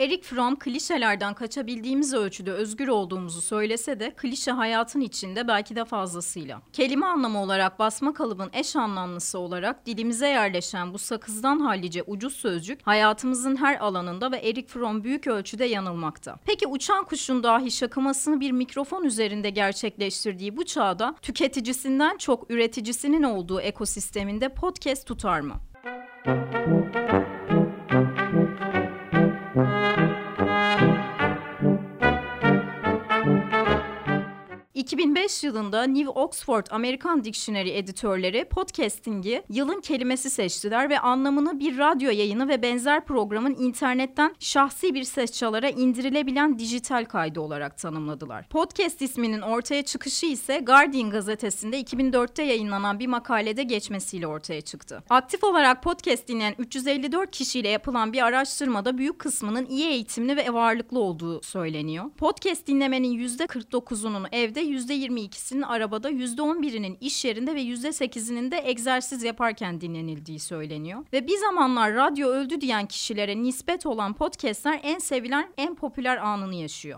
Erich Fromm klişelerden kaçabildiğimiz ölçüde özgür olduğumuzu söylese de klişe hayatın içinde belki de fazlasıyla. Kelime anlamı olarak basma kalıbın eş anlamlısı olarak dilimize yerleşen bu sakızdan hallice ucuz sözcük hayatımızın her alanında ve Erich Fromm büyük ölçüde yanılmakta. Peki uçan kuşun dahi şakımasını bir mikrofon üzerinde gerçekleştirdiği bu çağda tüketicisinden çok üreticisinin olduğu ekosisteminde podcast tutar mı? 2005 yılında New Oxford American Dictionary editörleri podcasting'i yılın kelimesi seçtiler ve anlamını bir radyo yayını ve benzer programın internetten şahsi bir ses çalara indirilebilen dijital kaydı olarak tanımladılar. Podcast isminin ortaya çıkışı ise Guardian gazetesinde 2004'te yayınlanan bir makalede geçmesiyle ortaya çıktı. Aktif olarak podcast dinleyen 354 kişiyle yapılan bir araştırmada büyük kısmının iyi eğitimli ve varlıklı olduğu söyleniyor. Podcast dinlemenin %49'unun evde, %22'sinin arabada, %11'inin iş yerinde ve %8'inin de egzersiz yaparken dinlenildiği söyleniyor. Ve bir zamanlar radyo öldü diyen kişilere nispet olan podcastler en sevilen, en popüler anını yaşıyor.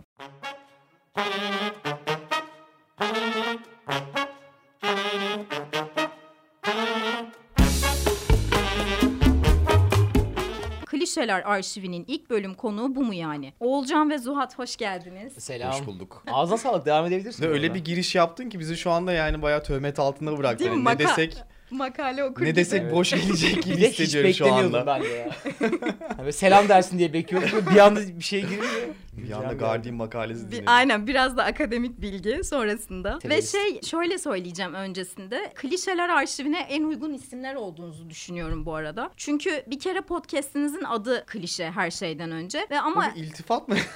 Klişeler Arşivi'nin ilk bölüm konuğu bu mu yani? Oğulcan ve Zuhat hoş geldiniz. Selam. Hoş bulduk. Ağzına sağlık, devam edebilirsin. Öyle bir giriş yaptın ki bizi şu anda yani bayağı töhmet altında bıraktın. Değil mi? Ne desek Makale okur ne gibi. desek boş gelecek gibi hissediyorum hiç şu anda. beklemiyordum ben de ya. Hani selam dersin diye bekliyordum. Bir anda bir şey girince. Bir anda Guardian makalesi dinledim. Aynen, biraz da akademik bilgi sonrasında. Terörist. Ve şöyle söyleyeceğim öncesinde. Klişeler Arşivi'ne en uygun isimler olduğunuzu düşünüyorum bu arada. Çünkü bir kere podcast'inizin adı klişe her şeyden önce. Ve ama Bu bir iltifat mı?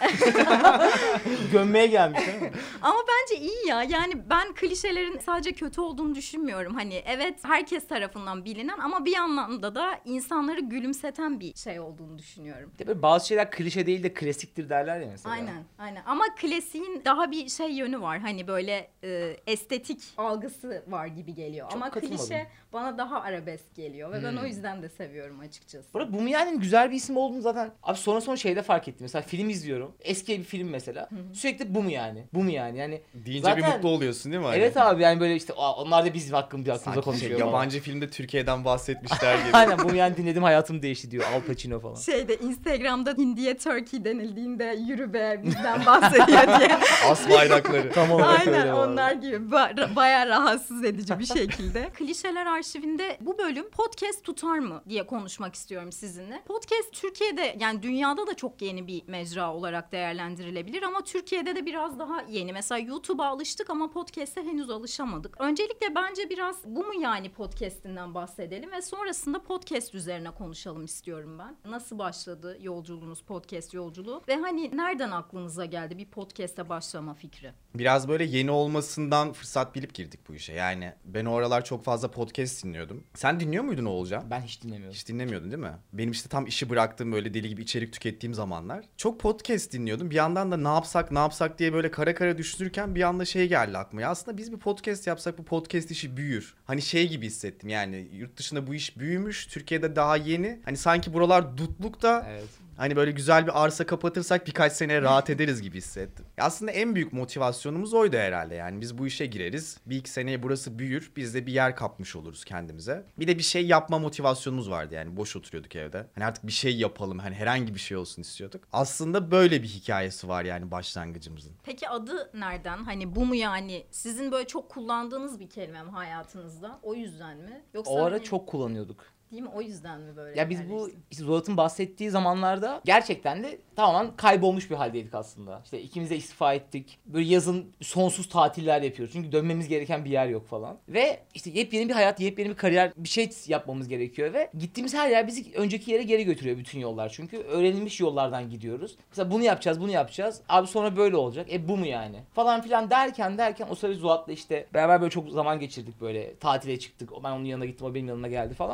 Gömmeye gelmiş değil mi? Ama bence iyi ya. Yani ben klişelerin sadece kötü olduğunu düşünmüyorum. Hani evet, herkes tarafından bilinen ama bir anlamda da insanları gülümseten bir şey olduğunu düşünüyorum. Tabii bazı şeyler klişe değil de klasiktir derler ya mesela. Aynen. Ama klasiğin daha bir şey yönü var. Hani böyle estetik algısı var gibi geliyor. Çok ama katılmadım. klişe bana daha arabesk geliyor ve ben o yüzden de seviyorum açıkçası. Bu arada Bumyani'nin güzel bir isim olduğunu zaten abi sonra şeyde fark ettim. Mesela film izliyorum. Eski bir film mesela. Sürekli bu mu yani? Yani Deyince zaten, bir mutlu oluyorsun değil mi? Evet abi, yani böyle işte onlar da bizim hakkımızda Sanki konuşuyor. yabancı filmde Türkiye'den bahsetmişler gibi. Aynen, Bumyani dinledim hayatım değişti diyor Al Pacino falan. Instagram'da Hindiye Turkey denildiğinde yürü be bizden bahsediyor diye. As bayrakları. Tam olarak Aynen öyle onlar gibi bayağı rahatsız edici bir şekilde. Klişeler Arşivi'nde bu bölüm podcast tutar mı diye konuşmak istiyorum sizinle. Podcast Türkiye'de, yani dünyada da çok yeni bir mecra olarak değerlendirilebilir ama Türkiye'de de biraz daha yeni. Mesela YouTube'a alıştık ama podcast'e henüz alışamadık. Öncelikle bence biraz bu mu yani podcast'inden bahsedelim ve sonrasında podcast üzerine konuşalım istiyorum ben. Nasıl başladı yolculuğunuz, podcast yolculuğu ve hani nereden aklınıza geldi bir podcast'e başlama fikri? Biraz böyle yeni olmasından fırsat bilip girdik bu işe. Yani ben o aralar çok fazla podcast dinliyordum. Sen dinliyor muydun Oğulcan? Ben hiç dinlemiyorum. Hiç dinlemiyordun değil mi? Benim işte tam işi bıraktığım, böyle deli gibi içerik tükettiğim zamanlar çok podcast dinliyordum. Bir yandan da ne yapsak diye böyle kara kara düşünürken bir anda şey geldi aklıma. Ya aslında biz bir podcast yapsak bu podcast işi büyür. Hani şey gibi hissettim, yani yurt dışında bu iş büyümüş, Türkiye'de daha yeni. Hani sanki buralar dutluk da Evet. hani böyle güzel bir arsa kapatırsak birkaç seneye rahat ederiz gibi hissettim. Aslında en büyük motivasyonumuz oydu herhalde. Yani biz bu işe gireriz. Bir iki seneye burası büyür. Biz de bir yer kapmış oluruz kendimize. Bir de bir şey yapma motivasyonumuz vardı yani. Boş oturuyorduk evde. Hani artık bir şey yapalım. Hani herhangi bir şey olsun istiyorduk. Aslında böyle bir hikayesi var yani başlangıcımızın. Peki adı nereden? Hani bu mu yani? Sizin böyle çok kullandığınız bir kelime mi hayatınızda? O yüzden mi? Yoksa O ara hani, çok kullanıyorduk. değil mi? O yüzden mi böyle? Ya biz bu yerleşti? işte Zuhat'ın bahsettiği zamanlarda gerçekten de tamamen kaybolmuş bir haldeydik aslında. İşte ikimiz de istifa ettik. Böyle yazın sonsuz tatiller yapıyoruz. Çünkü dönmemiz gereken bir yer yok falan. Ve işte yepyeni bir hayat, yepyeni bir kariyer, bir şey yapmamız gerekiyor ve gittiğimiz her yer bizi önceki yere geri götürüyor bütün yollar. Çünkü öğrenilmiş yollardan gidiyoruz. Mesela bunu yapacağız. Abi sonra böyle olacak. Bu mu yani? Falan filan derken o sırada Zuhat'la işte beraber böyle çok zaman geçirdik böyle. Tatile çıktık. Ben onun yanına gittim, o benim yanıma geldi falan. Ve artık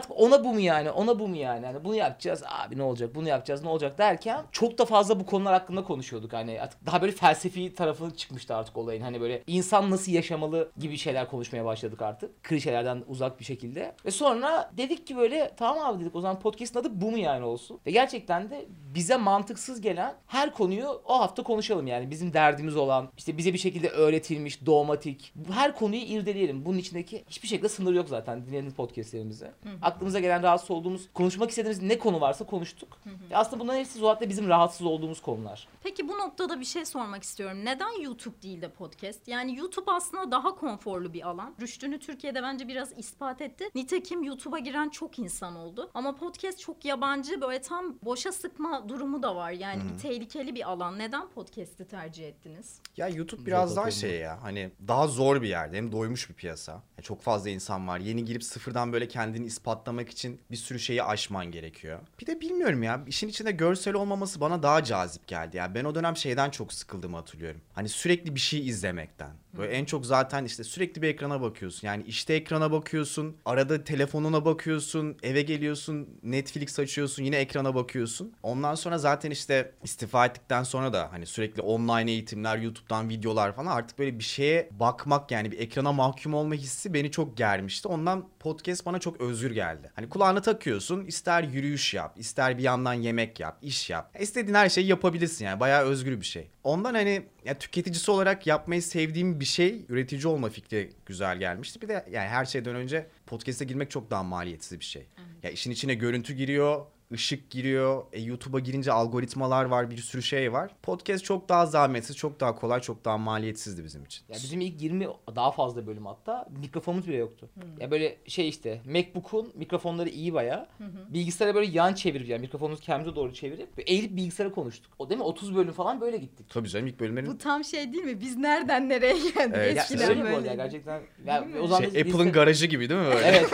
ona bu mu yani? Ona bu mu yani? Hani bunu yapacağız abi ne olacak? Bunu yapacağız ne olacak derken çok da fazla bu konular hakkında konuşuyorduk. Hani artık daha böyle felsefi tarafı çıkmıştı artık olayın. Hani böyle insan nasıl yaşamalı gibi şeyler konuşmaya başladık artık. Klişelerden uzak bir şekilde. Ve sonra dedik ki böyle tamam abi dedik o zaman podcast'ın adı bu mu yani olsun? Ve gerçekten de bize mantıksız gelen her konuyu o hafta konuşalım yani. Bizim derdimiz olan, işte bize bir şekilde öğretilmiş, dogmatik. Her konuyu irdeleyelim. Bunun içindeki hiçbir şekilde sınır yok zaten dinlediğiniz podcast'lerimize. Aklımıza gelen rahatsız olduğumuz, konuşmak istediğimiz ne konu varsa konuştuk. Aslında bunların hepsi Zuhat'la bizim rahatsız olduğumuz konular. Peki bu noktada bir şey sormak istiyorum. Neden YouTube değil de podcast? Yani YouTube aslında daha konforlu bir alan. Rüştünü Türkiye'de bence biraz ispat etti. Nitekim YouTube'a giren çok insan oldu. Ama podcast çok yabancı, böyle tam boşa sıkma durumu da var. Yani bir tehlikeli bir alan. Neden podcast'i tercih ettiniz? Ya YouTube biraz daha şey ya, hani daha zor bir yerde, hem doymuş bir piyasa. Ya çok fazla insan var. Yeni girip sıfırdan böyle kendini ispatlamak için bir sürü şeyi aşman gerekiyor. Bir de bilmiyorum ya, işin içinde görsel olmaması bana daha cazip geldi. Yani ben o dönem şeyden çok sıkıldığımı hatırlıyorum. Hani sürekli bir şey izlemekten. Böyle en çok zaten işte sürekli bir ekrana bakıyorsun. Yani işte ekrana bakıyorsun, arada telefonuna bakıyorsun, eve geliyorsun, Netflix açıyorsun, yine ekrana bakıyorsun. Ondan sonra zaten işte istifa ettikten sonra da hani sürekli online eğitimler, YouTube'dan videolar falan, artık böyle bir şeye bakmak, yani bir ekrana mahkum olma hissi beni çok germişti. Ondan podcast bana çok özgür geldi. Hani kulağını takıyorsun, ister yürüyüş yap, ister bir yandan yemek yap, iş yap. İstediğin her şeyi yapabilirsin yani, bayağı özgür bir şey. Ondan hani ya tüketicisi olarak yapmayı sevdiğim bir şey, üretici olma fikri güzel gelmişti. Bir de yani her şeyden önce podcast'e girmek çok daha maliyetsiz bir şey. Ya işin içine görüntü giriyor, ışık giriyor. YouTube'a girince algoritmalar var, bir sürü şey var. Podcast çok daha zahmetsiz, çok daha kolay, çok daha maliyetsizdi bizim için. Ya bizim ilk 20 daha fazla bölüm hatta mikrofonumuz bile yoktu. Ya böyle şey işte MacBook'un mikrofonları iyi bayağı. Bilgisayara böyle yan çevirip yani mikrofonumuzu kendimize doğru çevirip eğilip bilgisayara konuştuk. O değil mi? 30 bölüm falan böyle gittik. Tabii canım, ilk bölümlerin... Bu tam şey değil mi? Biz nereden nereye geldik? Evet, Eskiden öyle böyle. ya gerçekten. Ya, o zaman Apple'ın garajı gibi değil mi böyle? Evet.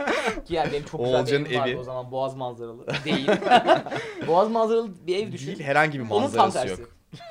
Ki yani benim çok güzel bir Oğulcan'ın evim vardı evi. o zaman, Boğaz manzaralı. Değil. Boğaz manzaralı bir ev düşün. Değil, herhangi bir Onun tam manzarası tersi. yok.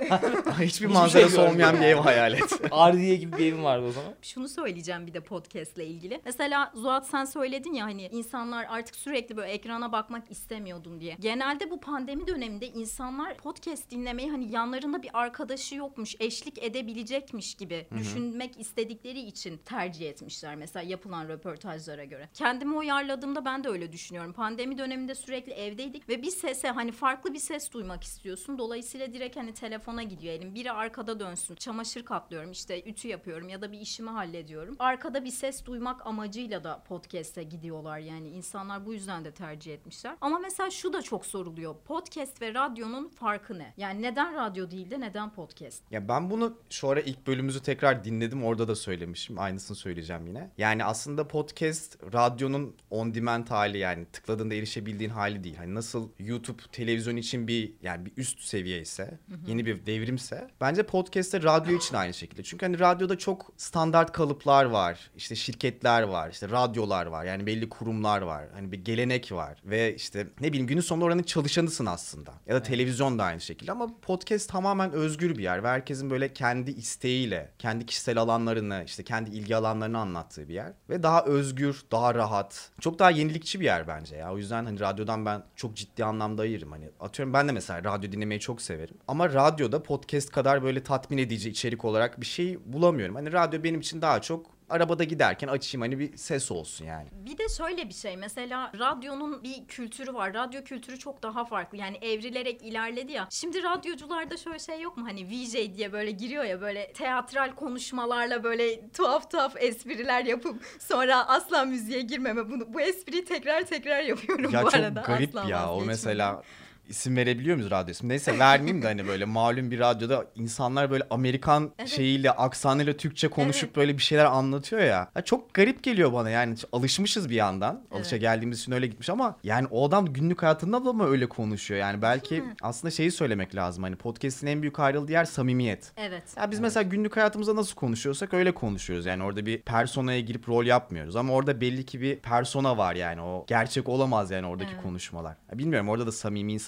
Hiçbir şey manzarası olmayan görmüyorum bir ev yani. hayal et. Ardiye gibi bir evim vardı o zaman. Şunu söyleyeceğim bir de podcast'le ilgili. Mesela Zuhat sen söyledin ya hani insanlar artık sürekli böyle ekrana bakmak istemiyordum diye. Genelde bu pandemi döneminde insanlar podcast dinlemeyi hani yanlarında bir arkadaşı yokmuş, eşlik edebilecekmiş gibi düşünmek istedikleri için tercih etmişler mesela yapılan röportajlara göre. Kendimi uyarladığımda ben de öyle düşünüyorum. Pandemi döneminde sürekli evdeydik ve bir sese hani farklı bir ses duymak istiyorsun. Dolayısıyla direkt hani telefona gidiyor elim. Biri arkada dönsün. Çamaşır katlıyorum, işte ütü yapıyorum ya da bir işimi hallediyorum. Arkada bir ses duymak amacıyla da podcast'e gidiyorlar yani. İnsanlar bu yüzden de tercih etmişler. Ama mesela şu da çok soruluyor. Podcast ve radyonun farkı ne? Yani neden radyo değil de neden podcast? Ya ben bunu şu ara ilk bölümümüzü tekrar dinledim. Orada da söylemişim. Aynısını söyleyeceğim yine. Yani aslında podcast radyonun on demand hali, yani tıkladığında erişebildiğin hali değil. Hani nasıl YouTube televizyon için bir üst seviye ise, yeni bir devrimse, bence podcast'te radyo için aynı şekilde. Çünkü hani radyoda çok standart kalıplar var. İşte şirketler var, işte radyolar var. Yani belli kurumlar var. Hani bir gelenek var ve işte ne bileyim günün sonunda oranın çalışanısın aslında. Ya da televizyon da aynı şekilde, ama podcast tamamen özgür bir yer ve herkesin böyle kendi isteğiyle, kendi kişisel alanlarını, işte kendi ilgi alanlarını anlattığı bir yer ve daha özgür, daha rahat, çok daha yenilikçi bir yer bence ya. O yüzden hani radyodan ben çok ciddi anlamda ayırırım. Hani atıyorum ben de mesela radyo dinlemeyi çok severim. Ama radyoda podcast kadar böyle tatmin edici içerik olarak bir şey bulamıyorum. Hani radyo benim için daha çok arabada giderken açayım, hani bir ses olsun yani. Bir de şöyle bir şey, mesela radyonun bir kültürü var. Radyo kültürü çok daha farklı. Yani evrilerek ilerledi ya. Şimdi radyocularda şöyle şey yok mu? Hani VJ diye böyle giriyor ya, böyle teatral konuşmalarla böyle tuhaf tuhaf espriler yapıp sonra asla müziğe girmeme. Bu espriyi tekrar yapıyorum Ya bu çok arada. garip Asla ya o vazgeçmiyorum. mesela. İsim verebiliyor muyuz radyo ismi? Neyse vermeyeyim de hani böyle malum bir radyoda insanlar böyle Amerikan şeyiyle, aksanıyla Türkçe konuşup böyle bir şeyler anlatıyor ya. Ya çok garip geliyor bana yani, alışmışız bir yandan. Alışa geldiğimiz için öyle gitmiş ama yani o adam günlük hayatında da mı öyle konuşuyor? Yani belki aslında şeyi söylemek lazım, hani podcast'in en büyük ayrıldığı yer samimiyet. Evet. Ya biz mesela günlük hayatımızda nasıl konuşuyorsak öyle konuşuyoruz. Yani orada bir personaya girip rol yapmıyoruz ama orada belli ki bir persona var yani, o gerçek olamaz yani oradaki konuşmalar. Ya bilmiyorum, orada da samimi insanlar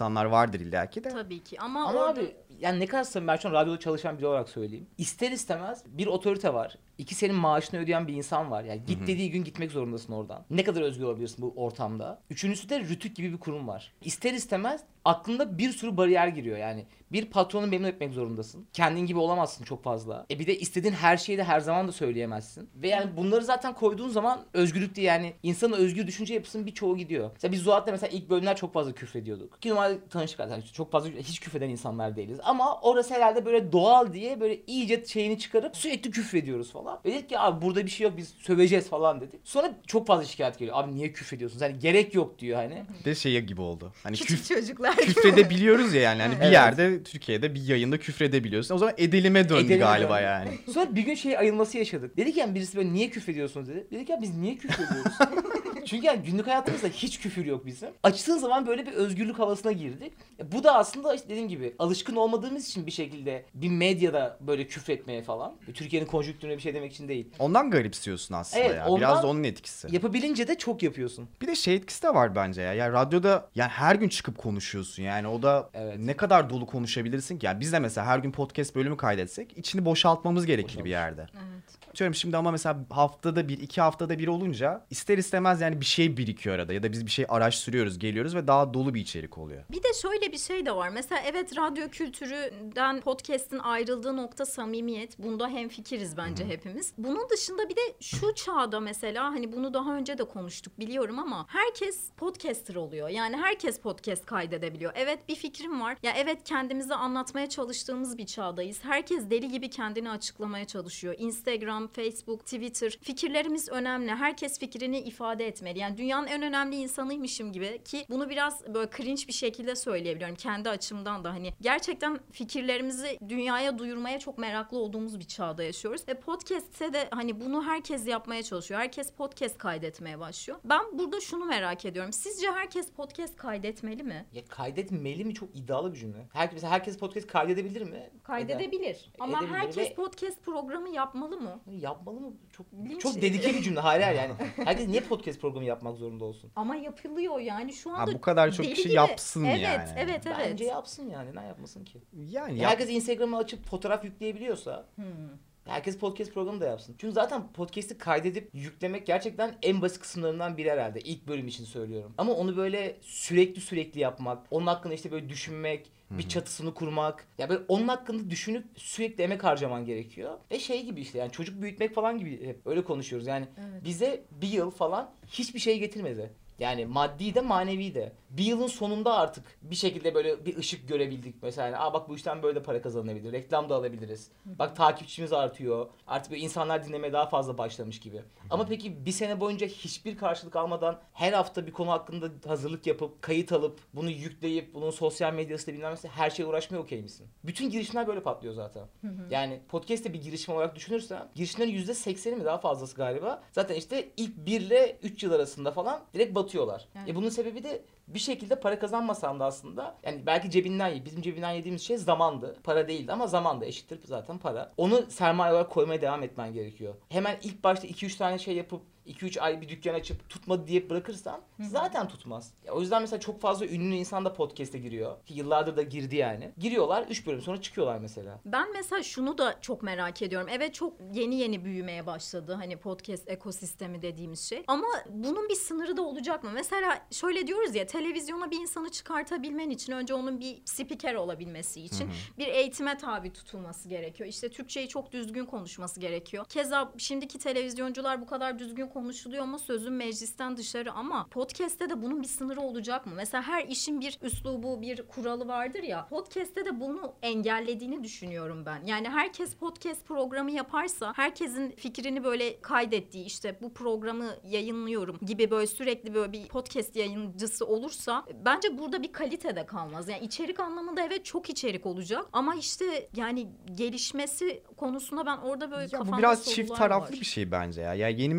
insanlar vardır illaki de. Tabii ki ama Ama orada... abi yani ne kadar samimi, ben şu an radyoda çalışan biri olarak söyleyeyim. İster istemez bir otorite var. İki, senin maaşını ödeyen bir insan var. Yani git dediği gün gitmek zorundasın oradan. Ne kadar özgür olabilirsin bu ortamda. Üçüncüsü de Rütük gibi bir kurum var. İster istemez aklında bir sürü bariyer giriyor yani. Bir, patronu memnun etmek zorundasın. Kendin gibi olamazsın çok fazla. Bir de istediğin her şeyi de her zaman da söyleyemezsin. Ve yani bunları zaten koyduğun zaman özgürlük diye, yani insanın özgür düşünce yapısının birçoğu gidiyor. Mesela biz Zuhat'la mesela ilk bölümler çok fazla küfrediyorduk. Ki normalde tanıştık zaten. Çok fazla hiç küfreden insanlar değiliz. Ama orası herhalde böyle doğal diye böyle iyice şeyini çıkarıp sürekli küfrediyoruz falan. Ve dedik ki abi burada bir şey yok, biz söveceğiz falan dedik. Sonra çok fazla şikayet geliyor. Abi niye küfrediyorsunuz? Hani gerek yok diyor hani. De şey gibi oldu. Hani Küçük çocuklar. küfredebiliyoruz ya yani. Hani bir Evet. yerde Türkiye'de bir yayında küfredebiliyorsun. O zaman edilime döndü Edilime galiba döndü. yani. Sonra bir gün şey ayılması yaşadık. Dedik yani birisi böyle niye küfrediyorsunuz dedi. Dedik ya biz niye küfrediyoruz? Çünkü yani günlük hayatımızda hiç küfür yok bizim. Açtığın zaman böyle bir özgürlük havasına girdik. Bu da aslında işte dediğim gibi alışkın olmadığımız için bir şekilde bir medyada böyle küfretmeye falan. Türkiye'nin konjonktürüne bir şey demek için değil. Ondan garipsiyorsun aslında Evet, ya. ondan Biraz da onun etkisi. Yapabilince de çok yapıyorsun. Bir de şey etkisi de var bence ya. Yani radyoda yani her gün çıkıp konuşuyorsun. Yani o da Evet. ne kadar dolu konuşabilirsin ki? Yani biz de mesela her gün podcast bölümü kaydetsek içini boşaltmamız gerekir bir yerde. Evet. Diyorum şimdi ama mesela haftada bir, 2 haftada bir olunca ister istemez yani bir şey birikiyor arada. Ya da biz bir şey araştırıyoruz, geliyoruz ve daha dolu bir içerik oluyor. Bir de şöyle bir şey de var. Mesela evet, radyo kültüründen podcast'in ayrıldığı nokta samimiyet. Bunda hemfikiriz bence hepimiz. Bunun dışında bir de şu çağda mesela hani bunu daha önce de konuştuk biliyorum ama herkes podcaster oluyor. Yani herkes podcast kaydedebiliyor. Evet bir fikrim var. Ya evet kendimizi anlatmaya çalıştığımız bir çağdayız. Herkes deli gibi kendini açıklamaya çalışıyor. Instagram, Facebook, Twitter. Fikirlerimiz önemli. Herkes fikrini ifade etmeli. Yani dünyanın en önemli insanıymışım gibi, ki bunu biraz böyle cringe bir şekilde söyleyebiliyorum kendi açımdan da. Hani gerçekten fikirlerimizi dünyaya duyurmaya çok meraklı olduğumuz bir çağda yaşıyoruz. Ve podcast'te de hani bunu herkes yapmaya çalışıyor. Herkes podcast kaydetmeye başlıyor. Ben burada şunu merak ediyorum. Sizce herkes podcast kaydetmeli mi? Ya kaydetmeli mi çok iddialı bir cümle. Mesela herkes podcast kaydedebilir mi? Kaydedebilir. Ama Edebilir herkes ve- podcast programı yapmalı mı? Yapmalı mı? Çok Linç- çok dedike bir cümle. Hayır yani. Herkes niye podcast programı yapmak zorunda olsun? Ama yapılıyor yani şu anda. Ha, bu kadar çok deli kişi gibi. yapsın evet, yani. Evet, evet, Bence yapsın yani. Ne yapmasın ki? Yani Herkes Instagram'ı açıp fotoğraf yükleyebiliyorsa herkes podcast programı da yapsın. Çünkü zaten podcast'i kaydedip yüklemek gerçekten en basit kısımlarından biri herhalde. İlk bölüm için söylüyorum. Ama onu böyle sürekli yapmak, onun hakkında işte böyle düşünmek, bir çatısını kurmak. Ya böyle onun hakkında düşünüp sürekli emek harcaman gerekiyor. Ve şey gibi işte yani çocuk büyütmek falan gibi hep öyle konuşuyoruz. Yani bize bir yıl falan hiçbir şey getirmedi. Yani maddi de manevi de. Bir yılın sonunda artık bir şekilde böyle bir ışık görebildik mesela. Aa bak bu işten böyle de para kazanılabilir. Reklam da alabiliriz. Bak takipçimiz artıyor. Artık böyle insanlar dinlemeye daha fazla başlamış gibi. Ama peki bir sene boyunca hiçbir karşılık almadan her hafta bir konu hakkında hazırlık yapıp, kayıt alıp, bunu yükleyip, bunun sosyal medyasıyla bilmem nesi her şeye uğraşmaya okey misin? Bütün girişimler böyle patlıyor zaten. Yani podcast'te bir girişim olarak düşünürsen girişimlerin %80'i mi daha fazlası galiba. Zaten işte ilk 1 ile 3 yıl arasında falan direkt batıyorlar. Evet. Bunun sebebi de bir şekilde para kazanmasan da aslında yani belki cebinden bizim cebinden yediğimiz şey zamandı. Para değildi ama zamandı, eşittir zaten para. Onu sermaye olarak koymaya devam etmen gerekiyor. Hemen ilk başta 2-3 tane şey yapıp 2-3 ay bir dükkan açıp tutmadı diye bırakırsan zaten tutmaz. O yüzden mesela çok fazla ünlü insan da podcast'e giriyor. Ki yıllardır da girdi yani. Giriyorlar 3 bölüm sonra çıkıyorlar mesela. Ben mesela şunu da çok merak ediyorum. Evet çok yeni büyümeye başladı hani podcast ekosistemi dediğimiz şey. Ama bunun bir sınırı da olacak mı? Mesela şöyle diyoruz ya, televizyona bir insanı çıkartabilmen için önce onun bir spiker olabilmesi için bir eğitime tabi tutulması gerekiyor. İşte Türkçeyi çok düzgün konuşması gerekiyor. Keza şimdiki televizyoncular bu kadar düzgün konuşuluyor ama sözün meclisten dışarı, ama podcast'te de bunun bir sınırı olacak mı? Mesela her işin bir üslubu, bir kuralı vardır ya. Podcast'te de bunu engellediğini düşünüyorum ben. Yani herkes podcast programı yaparsa, herkesin fikrini böyle kaydettiği, işte bu programı yayınlıyorum gibi böyle sürekli böyle bir podcast yayıncısı olursa bence burada bir kalite de kalmaz. Yani içerik anlamında evet çok içerik olacak ama işte yani gelişmesi konusunda ben orada böyle Ya kafamda bu biraz sorular çift taraflı var. bir şey bence ya. Ya yeni medyanın biraz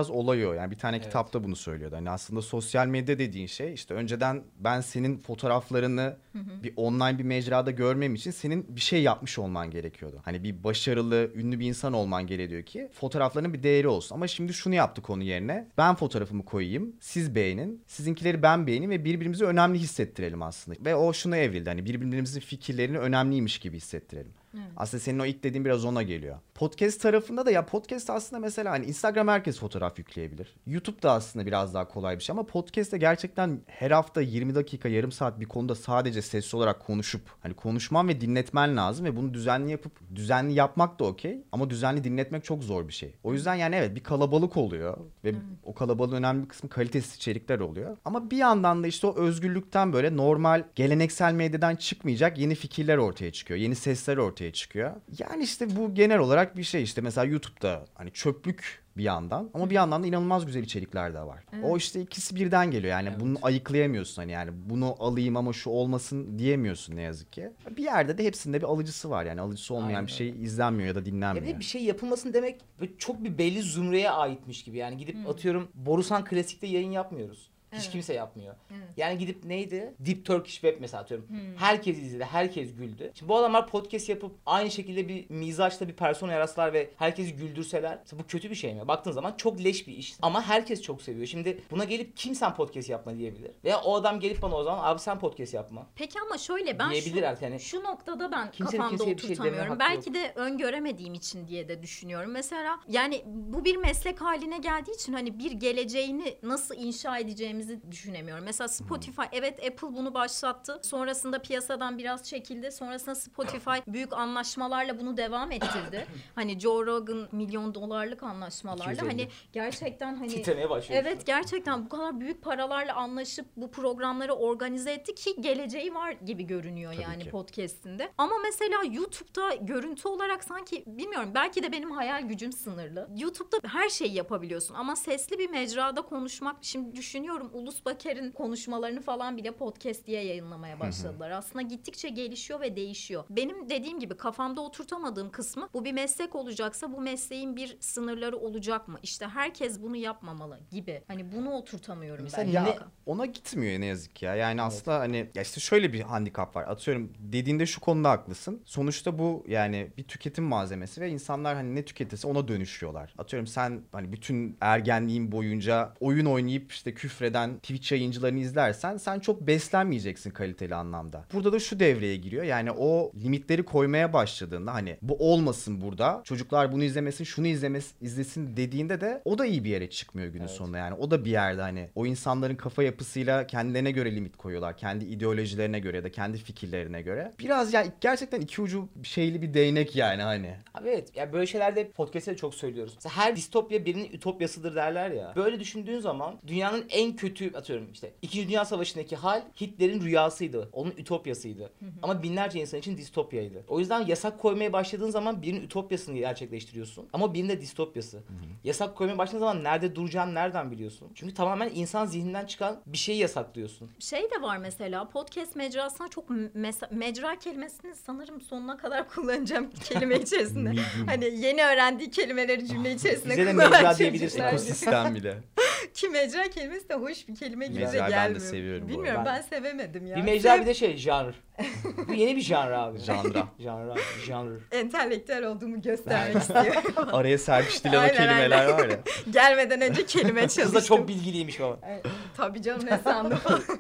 biraz olay o. Yani bir tane kitapta bunu söylüyordu. Hani aslında sosyal medya dediğin şey işte önceden ben senin fotoğraflarını bir online bir mecrada görmem için senin bir şey yapmış olman gerekiyordu. Hani bir başarılı, ünlü bir insan olman gerekiyor ki fotoğraflarının bir değeri olsun. Ama şimdi şunu yaptık onun yerine. Ben fotoğrafımı koyayım, siz beğenin, sizinkileri ben beğeneyim ve birbirimizi önemli hissettirelim aslında. Ve o şuna evrildi. Hani birbirimizin fikirlerini önemliymiş gibi hissettirelim. Aslında senin o ilk dediğin biraz ona geliyor. Podcast tarafında da ya podcast aslında mesela hani Instagram herkes fotoğraf yükleyebilir. YouTube da aslında biraz daha kolay bir şey ama podcast'te gerçekten her hafta 20 dakika, yarım saat bir konuda sadece sesli olarak konuşup hani konuşman ve dinletmen lazım ve bunu düzenli yapıp düzenli yapmak da okey ama düzenli dinletmek çok zor bir şey. O yüzden yani evet bir kalabalık oluyor ve o kalabalığın önemli bir kısmı kalitesiz içerikler oluyor. Ama bir yandan da işte o özgürlükten böyle normal geleneksel medyadan çıkmayacak yeni fikirler ortaya çıkıyor. Yeni sesler ortaya çıkıyor. Yani işte bu genel olarak bir şey işte mesela YouTube'da hani çöplük bir yandan ama bir yandan da inanılmaz güzel içerikler de var. Evet. O işte ikisi birden geliyor yani bunu ayıklayamıyorsun hani yani bunu alayım ama şu olmasın diyemiyorsun ne yazık ki. Bir yerde de hepsinde bir alıcısı var yani alıcısı olmayan bir şey izlenmiyor ya da dinlenmiyor. Ya bir şey yapılmasın demek çok bir belli zümreye aitmiş gibi yani gidip atıyorum Borusan Klasik'te yayın yapmıyoruz. Hiç kimse yapmıyor. Yani gidip neydi? Deep Turkish Web mesela atıyorum. Herkes izledi, herkes güldü. Şimdi bu adamlar podcast yapıp aynı şekilde bir mizaçla bir persona yaratsalar ve herkesi güldürseler bu kötü bir şey mi? Baktığın zaman çok leş bir iş. Ama herkes çok seviyor. Şimdi buna gelip kim sen podcast yapma diyebilir. Veya o adam gelip bana o zaman abi sen podcast yapma. Peki ama şöyle ben şu noktada ben kafamda oturtamıyorum. Belki de öngöremediğim için diye de düşünüyorum. Mesela yani bu bir meslek haline geldiği için hani bir geleceğini nasıl inşa edeceğimizi düşünemiyorum. Mesela Spotify evet Apple bunu başlattı. Sonrasında piyasadan biraz çekildi. Sonrasında Spotify büyük anlaşmalarla bunu devam ettirdi. Hani Joe Rogan milyon dolarlık anlaşmalarla 250. hani gerçekten hani titremeye başlıyor. Evet gerçekten bu kadar büyük paralarla anlaşıp bu programları organize etti ki geleceği var gibi görünüyor Tabii yani ki. podcast'inde. Ama mesela YouTube'da görüntü olarak sanki bilmiyorum belki de benim hayal gücüm sınırlı. YouTube'da her şeyi yapabiliyorsun ama sesli bir mecrada konuşmak şimdi düşünüyorum Ulus Baker'in konuşmalarını falan bile podcast diye yayınlamaya başladılar. Aslında gittikçe gelişiyor ve değişiyor. Benim dediğim gibi kafamda oturtamadığım kısmı bu bir meslek olacaksa bu mesleğin bir sınırları olacak mı? İşte herkes bunu yapmamalı gibi. Hani bunu oturtamıyorum mesela ben. Ona gitmiyor ne yazık ki ya. Yani aslında hani ya işte şöyle bir handikap var. Atıyorum dediğinde şu konuda haklısın. Sonuçta bu yani bir tüketim malzemesi ve insanlar hani ne tüketirse ona dönüşüyorlar. Atıyorum sen hani bütün ergenliğin boyunca oyun oynayıp işte küfreden Twitch yayıncılarını izlersen sen çok beslenmeyeceksin kaliteli anlamda. Burada da şu devreye giriyor. Yani o limitleri koymaya başladığında hani bu olmasın burada. Çocuklar bunu izlemesin, şunu izlesin dediğinde de o da iyi bir yere çıkmıyor günün sonunda yani. O da bir yerde hani o insanların kafa yapısıyla kendilerine göre limit koyuyorlar. Kendi ideolojilerine göre ya da kendi fikirlerine göre. Biraz ya gerçekten iki ucu şeyli bir değnek yani hani. Abi evet ya böyle şeylerde podcast'te de çok söylüyoruz. Mesela her distopya birinin ütopyasıdır derler ya. Böyle düşündüğün zaman dünyanın en kötü atıyorum işte 2. Dünya Savaşı'ndaki hal Hitler'in rüyasıydı. Onun ütopyasıydı. Ama binlerce insan için distopyaydı. O yüzden yasak koymaya başladığın zaman birinin ütopyasını gerçekleştiriyorsun. Ama birinin de distopyası. Yasak koymaya başladığın zaman nerede duracağını nereden biliyorsun? Çünkü tamamen insan zihninden çıkan bir şeyi yasaklıyorsun. Şey de var mesela podcast mecrasına çok mecra kelimesini sanırım sonuna kadar kullanacağım kelime içerisinde. Hani yeni öğrendiği kelimeleri cümle içerisinde Bize de kullanan mecra diyebilirsin. Ekosistem bile. Ki mecra kelimesi de hoş bir kelime gibi de Mecra gelmiyor. ben de seviyorum bu Bilmiyorum arada. ben sevemedim ya. Bir mecra bir de janr. Bu yeni bir janr abi. Janra. Janr. Entelektüel olduğumu göstermek istiyorum. Araya serpiştirilen o Aynen, kelimeler var ya. Gelmeden önce kelime çalıştım. Kız da çok bilgiliymiş baba. Tabii canım ne sandım.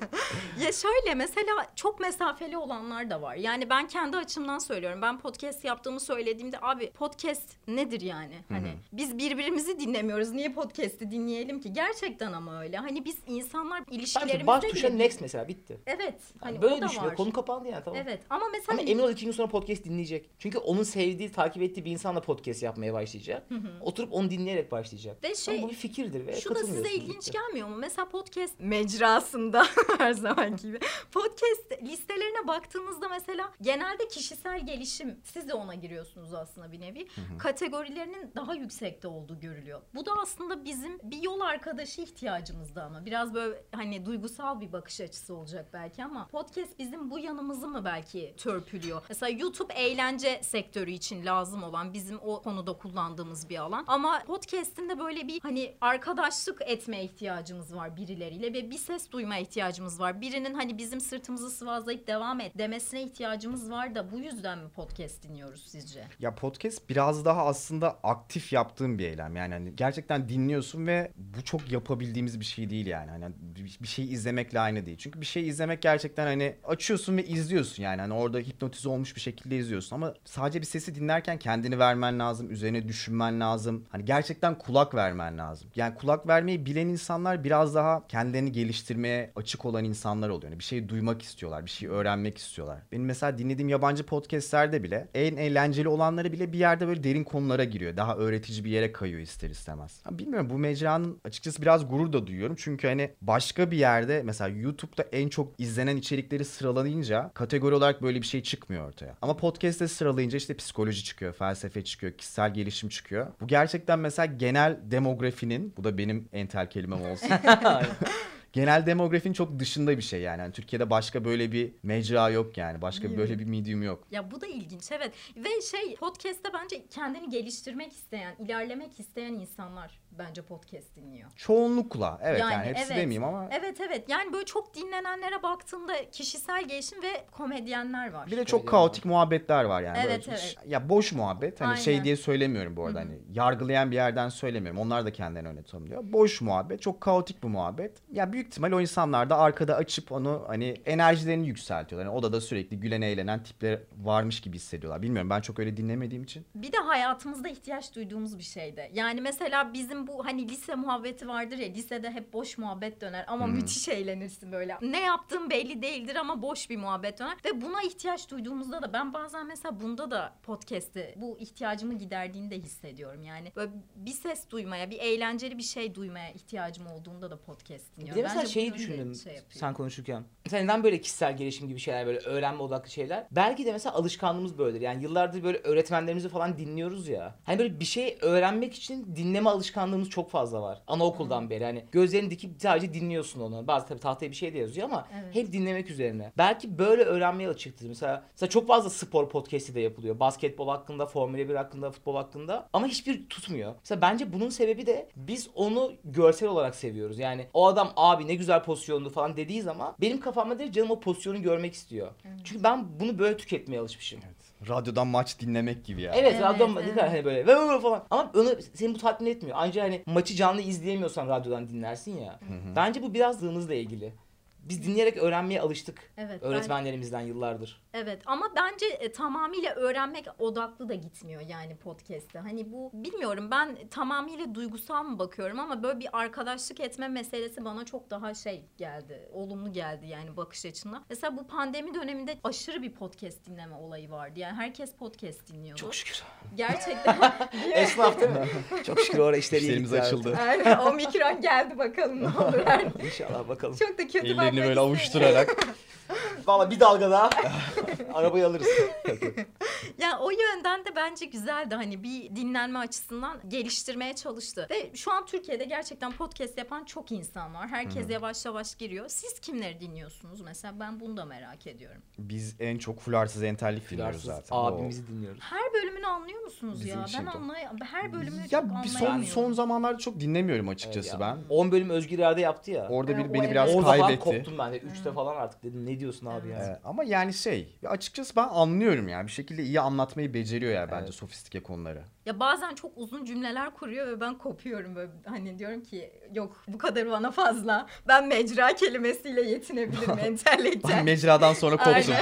Ya şöyle mesela çok mesafeli olanlar da var. Yani ben kendi açımdan söylüyorum. Ben podcast yaptığımı söylediğimde abi podcast nedir yani? Hani biz birbirimizi dinlemiyoruz. Niye podcast'i dinleyelim ki? Gerçekten ama öyle. Hani biz insanlar ilişkilerimizde Baş tuşa next mesela bitti. Evet. Hani Yani böyle o da düşünüyor. var. Konu kapandı yani tamam. Evet ama mesela Ama emin ol 2 gün sonra podcast dinleyecek. Çünkü onun sevdiği, takip ettiği bir insanla podcast yapmaya başlayacak. Oturup onu dinleyerek başlayacak. Ve Ama bu bir fikirdir ve şu da katılmıyorsun. size ilginç gelmiyor mu? Mesela podcast podcast mecrasında her zaman gibi podcast listelerine baktığınızda mesela genelde kişisel gelişim, siz de ona giriyorsunuz aslında bir nevi. Kategorilerinin daha yüksekte olduğu görülüyor. Bu da aslında bizim bir yol arkadaşı ihtiyacımızda ama biraz böyle hani duygusal bir bakış açısı olacak belki ama podcast bizim bu yanımızı mı belki törpülüyor. Mesela YouTube eğlence sektörü için lazım olan, bizim o konuda kullandığımız bir alan. Ama podcast'in de böyle bir hani arkadaşlık etmeye ihtiyacımız var birileriyle ve bir ses duymaya ihtiyacımız var. Birinin hani bizim sırtımızı sıvazlayıp devam et demesine ihtiyacımız var da bu yüzden mi podcast dinliyoruz sizce? Ya podcast biraz daha aslında aktif yaptığım bir eylem. Yani hani gerçekten dinliyorsun ve bu çok yapabildiğimiz bir şey değil yani. Hani bir şey izlemekle aynı değil. Çünkü bir şey izlemek gerçekten hani açıyorsun ve izliyorsun yani. Hani orada hipnotize olmuş bir şekilde izliyorsun ama sadece bir sesi dinlerken kendini vermen lazım, üzerine düşünmen lazım. Hani gerçekten kulak vermen lazım. Yani kulak vermeyi bilen insanlar biraz daha kendilerini geliştirmeye açık olan insanlar oluyor. Yani bir şey duymak istiyorlar, bir şey öğrenmek istiyorlar. Benim mesela dinlediğim yabancı podcastlerde bile en eğlenceli olanları bile bir yerde böyle derin konulara giriyor. Daha öğretici bir yere kayıyor ister istemez. Ha, bilmiyorum, bu mecranın açıkçası biraz gurur da duyuyorum. Çünkü hani başka bir yerde mesela YouTube'da en çok izlenen içerikleri sıralanınca kategori olarak böyle bir şey çıkmıyor ortaya. Ama podcast'te sıralayınca işte psikoloji çıkıyor, felsefe çıkıyor, kişisel gelişim çıkıyor. Bu gerçekten mesela genel demografinin, bu da benim entel kelimem olsun. Genel demografinin çok dışında bir şey yani. Türkiye'de başka böyle bir mecra yok yani. Başka böyle bir medium yok. Ya bu da ilginç, evet. Ve podcast'te bence kendini geliştirmek isteyen, ilerlemek isteyen insanlar bence podcast dinliyor. Çoğunlukla. Evet yani hepsi evet. demeyeyim ama. Evet. Yani böyle çok dinlenenlere baktığında kişisel gelişim ve komedyenler var. Bir de çok kaotik muhabbetler var yani. Evet, böyle evet. Ya boş muhabbet. Hani Aynen. şey diye söylemiyorum bu arada. Hani yargılayan bir yerden söylemiyorum. Onlar da kendilerini öyle tanımlıyor. Boş muhabbet. Çok kaotik bir muhabbet. Ya büyük ihtimal o insanlar da arkada açıp onu hani enerjilerini yükseltiyorlar. Yani odada sürekli gülen eğlenen tipler varmış gibi hissediyorlar. Bilmiyorum, ben çok öyle dinlemediğim için. Bir de hayatımızda ihtiyaç duyduğumuz bir şeydi. Yani mesela bizim bu hani lise muhabbeti vardır ya, lisede hep boş muhabbet döner ama müthiş eğlenirsin böyle. Ne yaptığın belli değildir ama boş bir muhabbet döner ve buna ihtiyaç duyduğumuzda da ben bazen mesela bunda da podcast'te bu ihtiyacımı giderdiğini de hissediyorum. Yani böyle bir ses duymaya, bir eğlenceli bir şey duymaya ihtiyacım olduğunda da podcast dinliyorum. Bir de mesela Bence şeyi bu yönde düşündüm yapıyor. sen konuşurken. Mesela neden böyle kişisel gelişim gibi şeyler, böyle öğrenme odaklı şeyler? Belki de mesela alışkanlığımız böyledir. Yani yıllardır böyle öğretmenlerimizi falan dinliyoruz ya. Hani böyle bir şey öğrenmek için dinleme alışkanlığımız çok fazla var. Anaokuldan beri hani gözlerini dikip sadece dinliyorsun onu. Bazı tabii tahtaya bir şey de yazıyor ama hep dinlemek üzerine. Belki böyle öğrenmeye açıktır. Mesela çok fazla spor podcast'i de yapılıyor. Basketbol hakkında, Formula 1 hakkında, futbol hakkında ama hiçbir tutmuyor. Mesela bence bunun sebebi de biz onu görsel olarak seviyoruz. Yani o adam abi ne güzel pozisyondu falan dediği zaman benim kafamda değil, canım o pozisyonu görmek istiyor. Çünkü ben bunu böyle tüketmeye alışmışım. Radyodan maç dinlemek gibi yani. Evet, radyodan ne kadar hani böyle falan. Ama onu, seni bu tatmin etmiyor. Ancak hani maçı canlı izleyemiyorsan radyodan dinlersin ya. Bence bu biraz hızla ilgili. Biz dinleyerek öğrenmeye alıştık. Evet, öğretmenlerimizden yıllardır. Evet ama bence tamamıyla öğrenmek odaklı da gitmiyor yani podcast'te. Hani bu bilmiyorum, ben tamamıyla duygusal mı bakıyorum ama böyle bir arkadaşlık etme meselesi bana çok daha geldi. Olumlu geldi yani bakış açımdan. Mesela bu pandemi döneminde aşırı bir podcast dinleme olayı vardı. Yani herkes podcast dinliyordu. Çok şükür. Gerçekten. Esnaf değil mi? Çok şükür orada işleri iyi İşlerimiz gitti. açıldı. Aynen, o mikron geldi, bakalım ne olur. Yani. İnşallah bakalım. Çok da kötü Ellerini bakmak böyle istemiyorum. avuşturarak. Valla bir dalga daha arabayı alırız. Ya o yönden de bence güzeldi, hani bir dinlenme açısından geliştirmeye çalıştı. Ve şu an Türkiye'de gerçekten podcast yapan çok insan var. Herkes yavaş yavaş giriyor. Siz kimleri dinliyorsunuz mesela? Ben bunu da merak ediyorum. Biz en çok Fularsız Entellik dinliyoruz Filarsız zaten. abimizi dinliyoruz. Her bölümünü anlıyor musunuz Bizim ya? için Ben de. her bölümünü çok Ya anlayamıyorum. son zamanlarda çok dinlemiyorum açıkçası Evet ben. 10 bölüm Özgür İrade yaptı ya. Orada o beni evet. biraz Orada falan kaybetti. koptum ben de. 3'te falan artık dedim. Ne diyorsun abi ya? Ama yani açıkçası ben anlıyorum yani. Bir şekilde iyi anlatmayı beceriyor ya bence sofistike konuları. Ya bazen çok uzun cümleler kuruyor ve ben kopuyorum böyle, hani diyorum ki yok bu kadar bana fazla. Ben mecra kelimesiyle yetinebilirim entelektüel. Ben mecradan sonra koptum.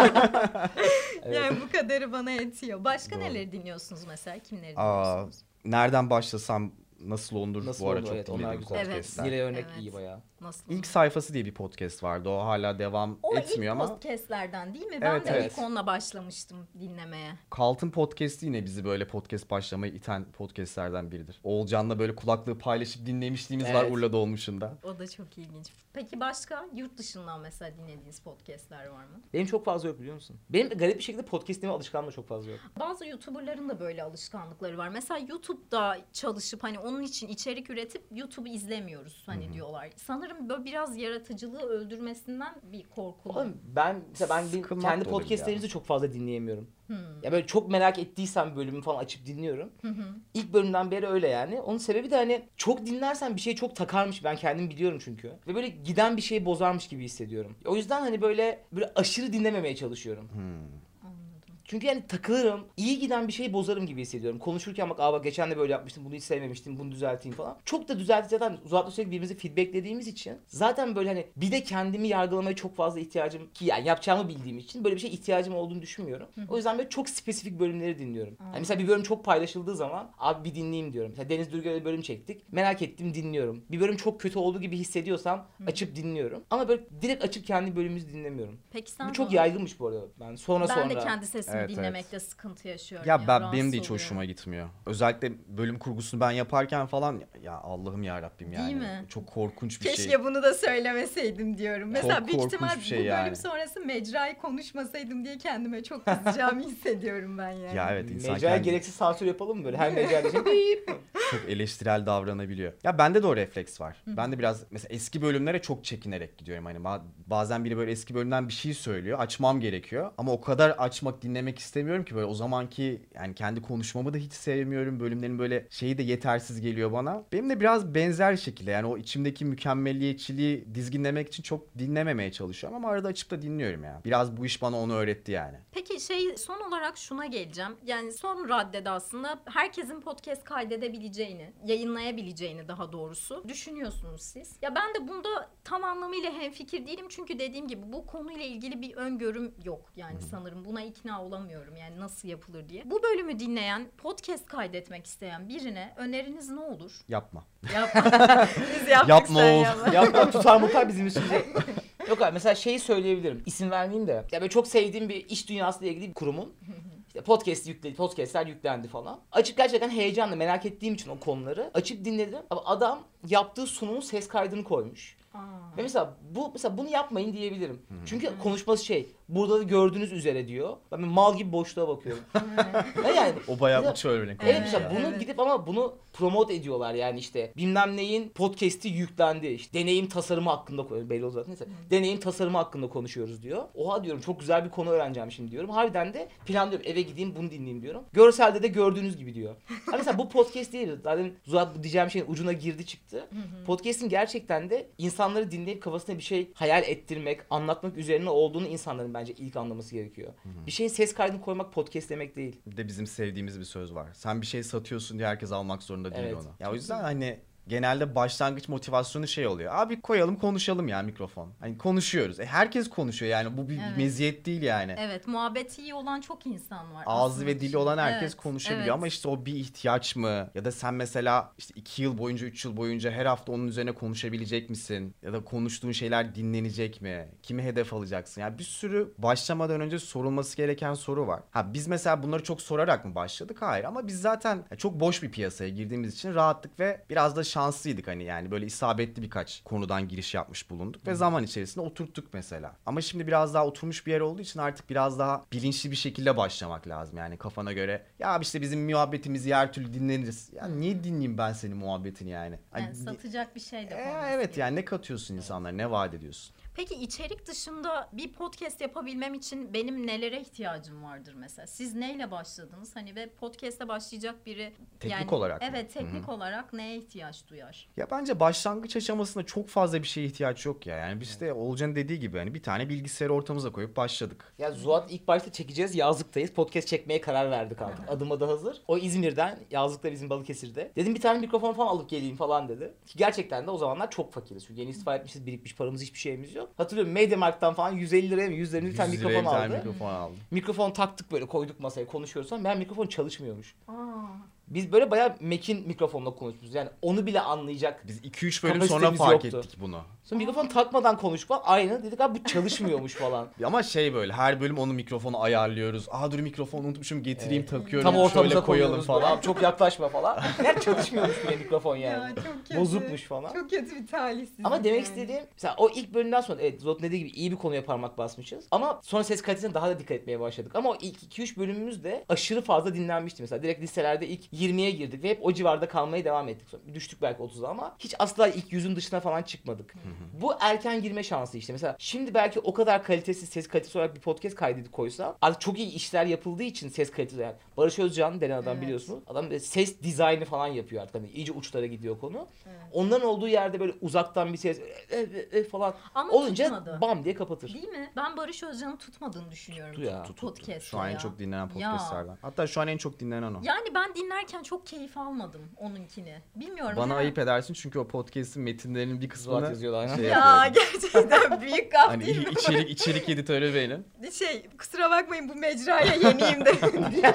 Yani bu kadarı bana yetiyor. Başka Doğru. neleri dinliyorsunuz mesela? Kimleri Aa, dinliyorsunuz? nereden başlasam nasıl olunur Nasıl bu ara oldu? çok Evet, onlar dinlediğim güzel. Evet. podcastler. Yine örnek Evet. iyi bayağı. Nasıl? İlk sayfası diye bir podcast vardı. O hala devam etmiyor ama. O ilk podcastlerden değil mi? Ben Evet, de evet. ilk onunla başlamıştım dinlemeye. Kalt'ın podcast'i yine bizi böyle podcast başlamayı iten podcastlerden biridir. Oğulcan'la böyle kulaklığı paylaşıp dinlemişliğimiz var Evet. Urla Dolmuş'unda. O da çok ilginç. Peki başka yurt dışından mesela dinlediğiniz podcastler var mı? Benim çok fazla yok, biliyor musun? Benim de garip bir şekilde podcast dinleme alışkanlığı çok fazla yok. Bazı YouTuber'ların da böyle alışkanlıkları var. Mesela YouTube'da çalışıp hani onun için içerik üretip YouTube'u izlemiyoruz hani diyorlar. Sanırım böyle biraz yaratıcılığı öldürmesinden bir korku. Oğlum ben Sıkılmak kendi da olabilir podcastlerimizi ya. çok fazla dinleyemiyorum. Ya böyle çok merak ettiysem bölümü falan açıp dinliyorum. İlk bölümden beri öyle yani. Onun sebebi de hani çok dinlersen bir şey çok takarmış. Ben kendim biliyorum çünkü. Ve böyle giden bir şeyi bozarmış gibi hissediyorum. O yüzden hani böyle aşırı dinlememeye çalışıyorum. Çünkü yani takılırım. İyi giden bir şeyi bozarım gibi hissediyorum. Konuşurken bak geçen de böyle yapmıştım. Bunu hiç sevmemiştim. Bunu düzelteyim falan. Çok da zaten Zuhat'la sürekli birbirimizi feedbacklediğimiz için. Zaten böyle hani bir de kendimi yargılamaya çok fazla ihtiyacım ki yani yapacağımı bildiğim için böyle bir şey ihtiyacım olduğunu düşünmüyorum. O yüzden böyle çok spesifik bölümleri dinliyorum. Hani mesela bir bölüm çok paylaşıldığı zaman abi bir dinleyeyim diyorum. Mesela Deniz Dürger'le bölüm çektik. Merak ettim, dinliyorum. Bir bölüm çok kötü olduğu gibi hissediyorsam açıp dinliyorum. Ama böyle direkt açıp kendi bölümümüzü dinlemiyorum. Peki sen Bu çok onu- yaygınmış bu arada. Ben sonra Ben de kendi sesimi Evet, dinlemekte sıkıntı yaşıyorum. Ya benim de rahatsız hiç hoşuma oluyorum. gitmiyor. Özellikle bölüm kurgusunu ben yaparken falan ya Allah'ım ya Rabbim yani. Değil mi? Çok korkunç bir Keşke şey. bunu da söylemeseydim diyorum. Mesela Çok büyük korkunç ihtimal bir şey bu bölüm yani. sonrası mecrayı konuşmasaydım diye kendime çok kızacağımı hissediyorum ben yani. Ya evet, insan Mecraya kendi gereksiz sansür yapalım mı böyle? Her mecra için bip. çok eleştirel davranabiliyor. Ya bende de o refleks var. Ben de biraz mesela eski bölümlere çok çekinerek gidiyorum. Hani bazen biri böyle eski bölümden bir şey söylüyor. Açmam gerekiyor. Ama o kadar açmak, dinlemek istemiyorum ki böyle o zamanki yani kendi konuşmamı da hiç sevmiyorum. Bölümlerin böyle şeyi de yetersiz geliyor bana. Benim de biraz benzer şekilde yani o içimdeki mükemmeliyetçiliği dizginlemek için çok dinlememeye çalışıyorum ama arada açıp da dinliyorum ya. Biraz bu iş bana onu öğretti yani. Peki son olarak şuna geleceğim. Yani son raddede aslında herkesin podcast kaydedebileceğini, yayınlayabileceğini daha doğrusu düşünüyorsunuz siz. Ya ben de bunda tam anlamıyla hemfikir değilim. Çünkü dediğim gibi bu konuyla ilgili bir öngörüm yok. Yani sanırım buna ikna olamıyorum. Yani nasıl yapılır diye. Bu bölümü dinleyen, podcast kaydetmek isteyen birine öneriniz ne olur? Yapma. Yapma. Biz yaptık, Yapma sen oğlum. yapma. Ya tutar mutar bizim için. Yok abi mesela şeyi söyleyebilirim. İsim vermeyeyim de. Ya böyle çok sevdiğim bir iş dünyasıyla ilgili bir kurumun işte podcastler yüklendi falan. Açıp gerçekten heyecanla merak ettiğim için o konuları açıp dinledim. Ama adam yaptığı sunumun ses kaydını koymuş. Ve mesela bunu yapmayın diyebilirim. Çünkü konuşması burada da gördüğünüz üzere diyor. Ben mal gibi boşluğa bakıyorum. Yani O bayağı mesela- uç örnek Evet olmuş mesela ya. bunu Evet. gidip ama bunu promote ediyorlar yani işte bilmem neyin podcast'i yüklendi. İşte deneyim tasarımı hakkında belli oldu zaten. Neyse. Deneyim tasarımı hakkında konuşuyoruz diyor. Oha diyorum, çok güzel bir konu öğreneceğim şimdi diyorum. Harbiden de planlıyorum, eve gideyim bunu dinleyeyim diyorum. Görselde de gördüğünüz gibi diyor. Ha mesela bu podcast değil. Zaten Zuhat bu diyeceğim şeyin ucuna girdi çıktı. Podcast'in gerçekten de insanları dinleyip kafasına bir şey hayal ettirmek, anlatmak üzerine olduğunu insanların bence ilk anlaması gerekiyor. Bir şeyin ses kaydını koymak podcast demek değil. Bir de bizim sevdiğimiz bir söz var. Sen bir şey satıyorsun diye herkes almak zorunda değil Evet. onu. Ya o yüzden hani genelde başlangıç motivasyonu oluyor. Abi koyalım konuşalım ya mikrofon. Hani konuşuyoruz. Herkes konuşuyor yani bu bir Evet. meziyet değil yani. Evet, muhabbeti iyi olan çok insan var. Ağzı aslında ve dili düşünün. olan herkes Evet, konuşabiliyor evet. ama işte o bir ihtiyaç mı? Ya da sen mesela işte 2 yıl boyunca 3 yıl boyunca her hafta onun üzerine konuşabilecek misin? Ya da konuştuğun şeyler dinlenecek mi? Kimi hedef alacaksın? Yani bir sürü başlamadan önce sorulması gereken soru var. Ha biz mesela bunları çok sorarak mı başladık? Hayır, ama biz zaten çok boş bir piyasaya girdiğimiz için rahattık ve biraz da şanslıydık hani yani böyle isabetli birkaç konudan giriş yapmış bulunduk ve zaman içerisinde oturttuk mesela. Ama şimdi biraz daha oturmuş bir yer olduğu için artık biraz daha bilinçli bir şekilde başlamak lazım. Yani kafana göre ya işte bizim muhabbetimizi her türlü dinleniriz. Ya niye dinleyeyim ben senin muhabbetini yani? Yani Hani- satacak bir şey de olması evet gerekiyor. yani ne katıyorsun insanlara, ne vaat ediyorsun? Peki içerik dışında bir podcast yapabilmem için benim nelere ihtiyacım vardır mesela? Siz neyle başladınız? Hani ve podcast'e başlayacak biri Teknik olarak mı? Evet, teknik olarak neye ihtiyaç duyar? Ya bence başlangıç aşamasında çok fazla bir şeye ihtiyaç yok ya. Yani biz de Olcan'ın dediği gibi hani bir tane bilgisayar ortamıza koyup başladık. Ya Zuhat ilk başta çekeceğiz, Yazlık'tayız. Podcast çekmeye karar verdik artık. Adım da hazır. O İzmir'den, Yazlık'ta bizim Balıkesir'de. Dedim bir tane mikrofon falan alıp geleyim falan dedi. Ki gerçekten de o zamanlar çok fakiriz. Çünkü yeni istifa etmişiz, birikmiş paramız, hiçbir şeyimiz yok. Hatırlıyorum MediaMarkt'tan falan 150 liraya mı 100 liraya bir tane 100 liraya mikrofon bir tane aldı. mikrofon aldım. Mikrofon taktık böyle, koyduk masaya, konuşuyoruz falan. Meğer mikrofon çalışmıyormuş. Biz böyle bayağı Mac'in mikrofonla konuşmuşuz. Yani onu bile anlayacak. Biz 2-3 bölüm sonra kapasitemiz fark yoktu. ettik bunu. Sonra mikrofon takmadan konuşma aynı. Dedik abi bu çalışmıyormuş falan. Ama şey böyle her bölüm onun mikrofonu ayarlıyoruz. Aa dur mikrofonu unutmuşum getireyim takıyorum. Tam ortamıza şöyle koyalım koyalım falan. falan. Çok yaklaşma falan. Yani çalışmıyormuş bile mikrofon yani. Ya çok kötü. Bozukmuş falan. Çok kötü bir talihsizlik. Ama demek yani. istediğim mesela o ilk bölümden sonra evet Zot dediği gibi iyi bir konuya parmak basmışız. Ama sonra ses kalitesine daha da dikkat etmeye başladık. Ama o ilk 2-3 bölümümüz de aşırı fazla dinlenmişti mesela. Direkt listelerde ilk 20'ye girdik ve hep o civarda kalmaya devam ettik. Sonra düştük belki 30'a ama hiç asla ilk 100'ün dışına falan çıkmadık. Bu erken girme şansı işte. Mesela şimdi belki o kadar kalitesiz ses kalitesi olarak bir podcast kaydedip koysa artık çok iyi işler yapıldığı için ses kalitesi yani. Barış Özcan denen adam Evet. biliyorsunuz. Adam ses dizaynı falan yapıyor artık. Hani iyice uçlara gidiyor konu. Evet. Onların olduğu yerde böyle uzaktan bir ses falan Ama olunca tutmadı. bam diye kapatır. Değil mi? Ben Barış Özcan'ın tutmadığını düşünüyorum. Tuttu ya. Podcast'te Şu an en ya. çok dinlenen Ya. podcastlerden. Hatta şu an en çok dinlenen o. Yani ben dinlerken çok keyif almadım onunkini. Bilmiyorum. Bana ya. ayıp edersin çünkü o podcast'in metinlerinin bir Zuhat kısmını yazıyorlar aynen. şey Ya yapıyorum. gerçekten büyük gaf Hani değil mi? içerik editörü benim. Kusura bakmayın bu mecraya yeniyim de.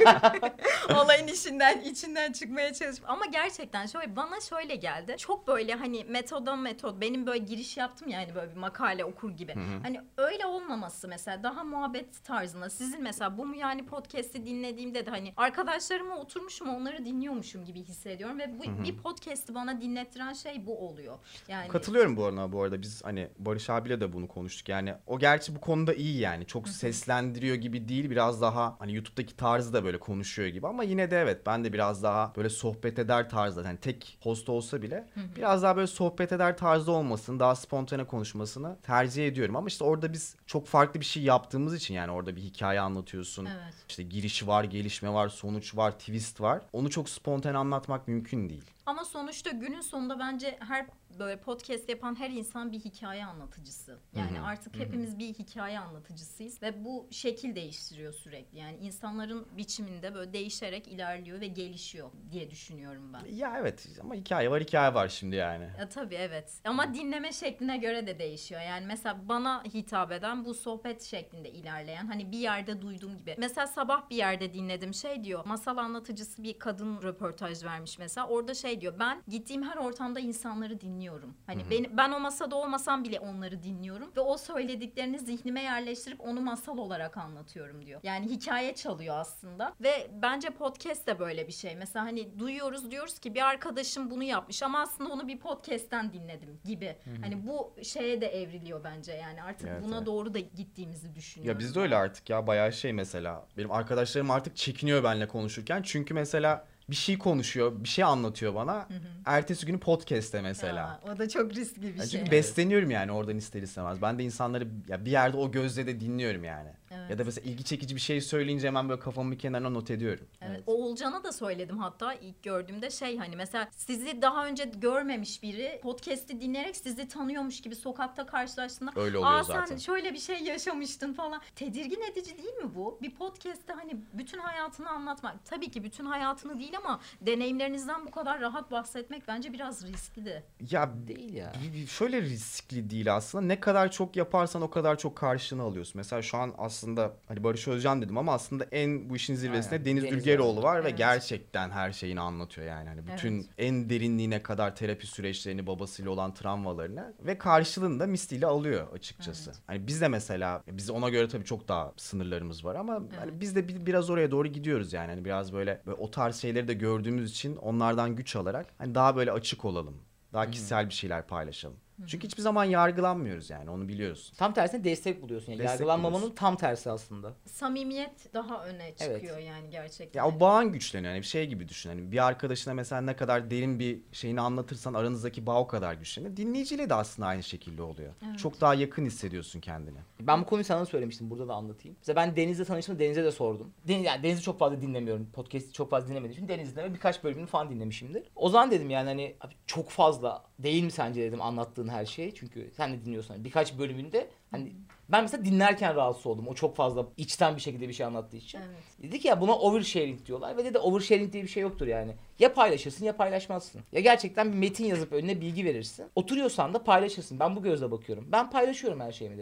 Olayın içinden çıkmaya çalışıp. Ama gerçekten bana şöyle geldi. Çok böyle hani metot benim böyle giriş yaptım ya hani böyle bir makale okur gibi. Hani öyle olmaması mesela daha muhabbet tarzında. Sizin mesela bu mu yani podcast'i dinlediğimde de hani arkadaşlarıma oturmuşum onları dinliyormuşum gibi hissediyorum ve bir podcast'i bana dinlettiren şey bu oluyor. Yani Katılıyorum bu arada biz hani Barış abiyle de bunu konuştuk. Yani o gerçi bu konuda iyi yani. Çok seslendiriyor gibi değil. Biraz daha hani YouTube'daki tarzı da böyle konuşuyor gibi. Ama yine de evet ben de biraz daha böyle sohbet eder tarzda. Yani tek host olsa bile biraz daha böyle sohbet eder tarzda olmasını, daha spontane konuşmasını tercih ediyorum. Ama işte orada biz çok farklı bir şey yaptığımız için yani orada bir hikaye anlatıyorsun. Evet. İşte giriş var, gelişme var, sonuç var, twist var. Onu çok spontane anlatmak mümkün değil. Ama sonuçta günün sonunda bence her böyle podcast yapan her insan bir hikaye anlatıcısı. Yani artık hepimiz bir hikaye anlatıcısıyız ve bu şekil değiştiriyor sürekli. Yani insanların biçiminde böyle değişerek ilerliyor ve gelişiyor diye düşünüyorum ben. Ya evet ama hikaye var şimdi yani. Ya tabii evet. Ama dinleme şekline göre de değişiyor. Yani mesela bana hitap eden bu sohbet şeklinde ilerleyen hani bir yerde duyduğum gibi. Mesela sabah bir yerde dinledim diyor. Masal anlatıcısı bir kadın röportaj vermiş mesela. Orada diyor. Ben gittiğim her ortamda insanları dinliyorum. Hani ben o masada olmasam bile onları dinliyorum ve o söylediklerini zihnime yerleştirip onu masal olarak anlatıyorum diyor. Yani hikaye çalıyor aslında ve bence podcast de böyle bir şey. Mesela hani diyoruz ki bir arkadaşım bunu yapmış ama aslında onu bir podcast'ten dinledim gibi. Hani bu şeye de evriliyor bence yani artık Evet, buna evet. doğru da gittiğimizi düşünüyorum. Ya bizde öyle artık ya bayağı mesela. Benim arkadaşlarım artık çekiniyor benimle konuşurken. Çünkü mesela bir şey konuşuyor, bir şey anlatıyor bana. Ertesi günü podcast'te mesela. O da çok riskli bir Yani şey. çünkü besleniyorum yani oradan ister istemez. Ben de insanları ya bir yerde o gözle de dinliyorum yani. Evet. Ya da mesela ilgi çekici bir şey söyleyince hemen böyle kafamın bir kenarına not ediyorum. Evet. Oğulcan'a da söyledim hatta ilk gördüğümde hani mesela sizi daha önce görmemiş biri podcast'i dinleyerek sizi tanıyormuş gibi sokakta karşılaştığında Öyle oluyor sen zaten. şöyle bir şey yaşamıştın falan. Tedirgin edici değil mi bu? Bir podcast'te hani bütün hayatını anlatmak. Tabii ki bütün hayatını değil ama deneyimlerinizden bu kadar rahat bahsetmek bence biraz riskli de. Ya Değil ya. şöyle riskli değil aslında. Ne kadar çok yaparsan o kadar çok karşılığını alıyorsun. Mesela şu an aslında hani Barış Özcan dedim ama aslında en bu işin zirvesinde Aynen. Deniz Deniz Ülgeroğlu var ve Evet. gerçekten her şeyini anlatıyor yani. Hani bütün Evet. en derinliğine kadar terapi süreçlerini, babasıyla olan travmalarını ve karşılığını da misliyle alıyor açıkçası. Hani biz de mesela biz ona göre tabii çok daha sınırlarımız var ama hani biz de biraz oraya doğru gidiyoruz yani. Hani biraz böyle o tarz şeyleri de gördüğümüz için onlardan güç alarak hani daha böyle açık olalım. Daha kişisel bir şeyler paylaşalım. Çünkü hiçbir zaman yargılanmıyoruz yani onu biliyoruz. Tam tersine destek buluyorsun. Yani Destek yargılanmamanın buluyorsun. tam tersi aslında. Samimiyet daha öne çıkıyor yani gerçekten. Ya o bağın güçleniyor. Yani bir şey gibi düşün. Hani bir arkadaşına mesela ne kadar derin bir şeyini anlatırsan aranızdaki bağ o kadar güçleniyor. Dinleyiciyle de aslında aynı şekilde oluyor. Evet. Çok daha yakın hissediyorsun kendini. Ben bu konuyu sana söylemiştim. Burada da anlatayım. Mesela ben Deniz'le tanıştım. Deniz'e de sordum. Yani Deniz'i çok fazla dinlemiyorum. Podcast'i çok fazla dinlemediğim için Deniz'le birkaç bölümünü falan dinlemişimdir. O zaman dedim yani hani abi çok fazla değil mi sence dedim anlattığın her şey. Çünkü sen de dinliyorsun. Hani birkaç bölümünde hani ben mesela dinlerken rahatsız oldum. O çok fazla içten bir şekilde bir şey anlattığı için. Evet. Dedi ki ya buna oversharing diyorlar ve dedi oversharing diye bir şey yoktur yani. Ya paylaşırsın ya paylaşmazsın. Ya gerçekten bir metin yazıp önüne bilgi verirsin. Oturuyorsan da paylaşırsın. Ben bu gözle bakıyorum. Ben paylaşıyorum her şeyimi dedi.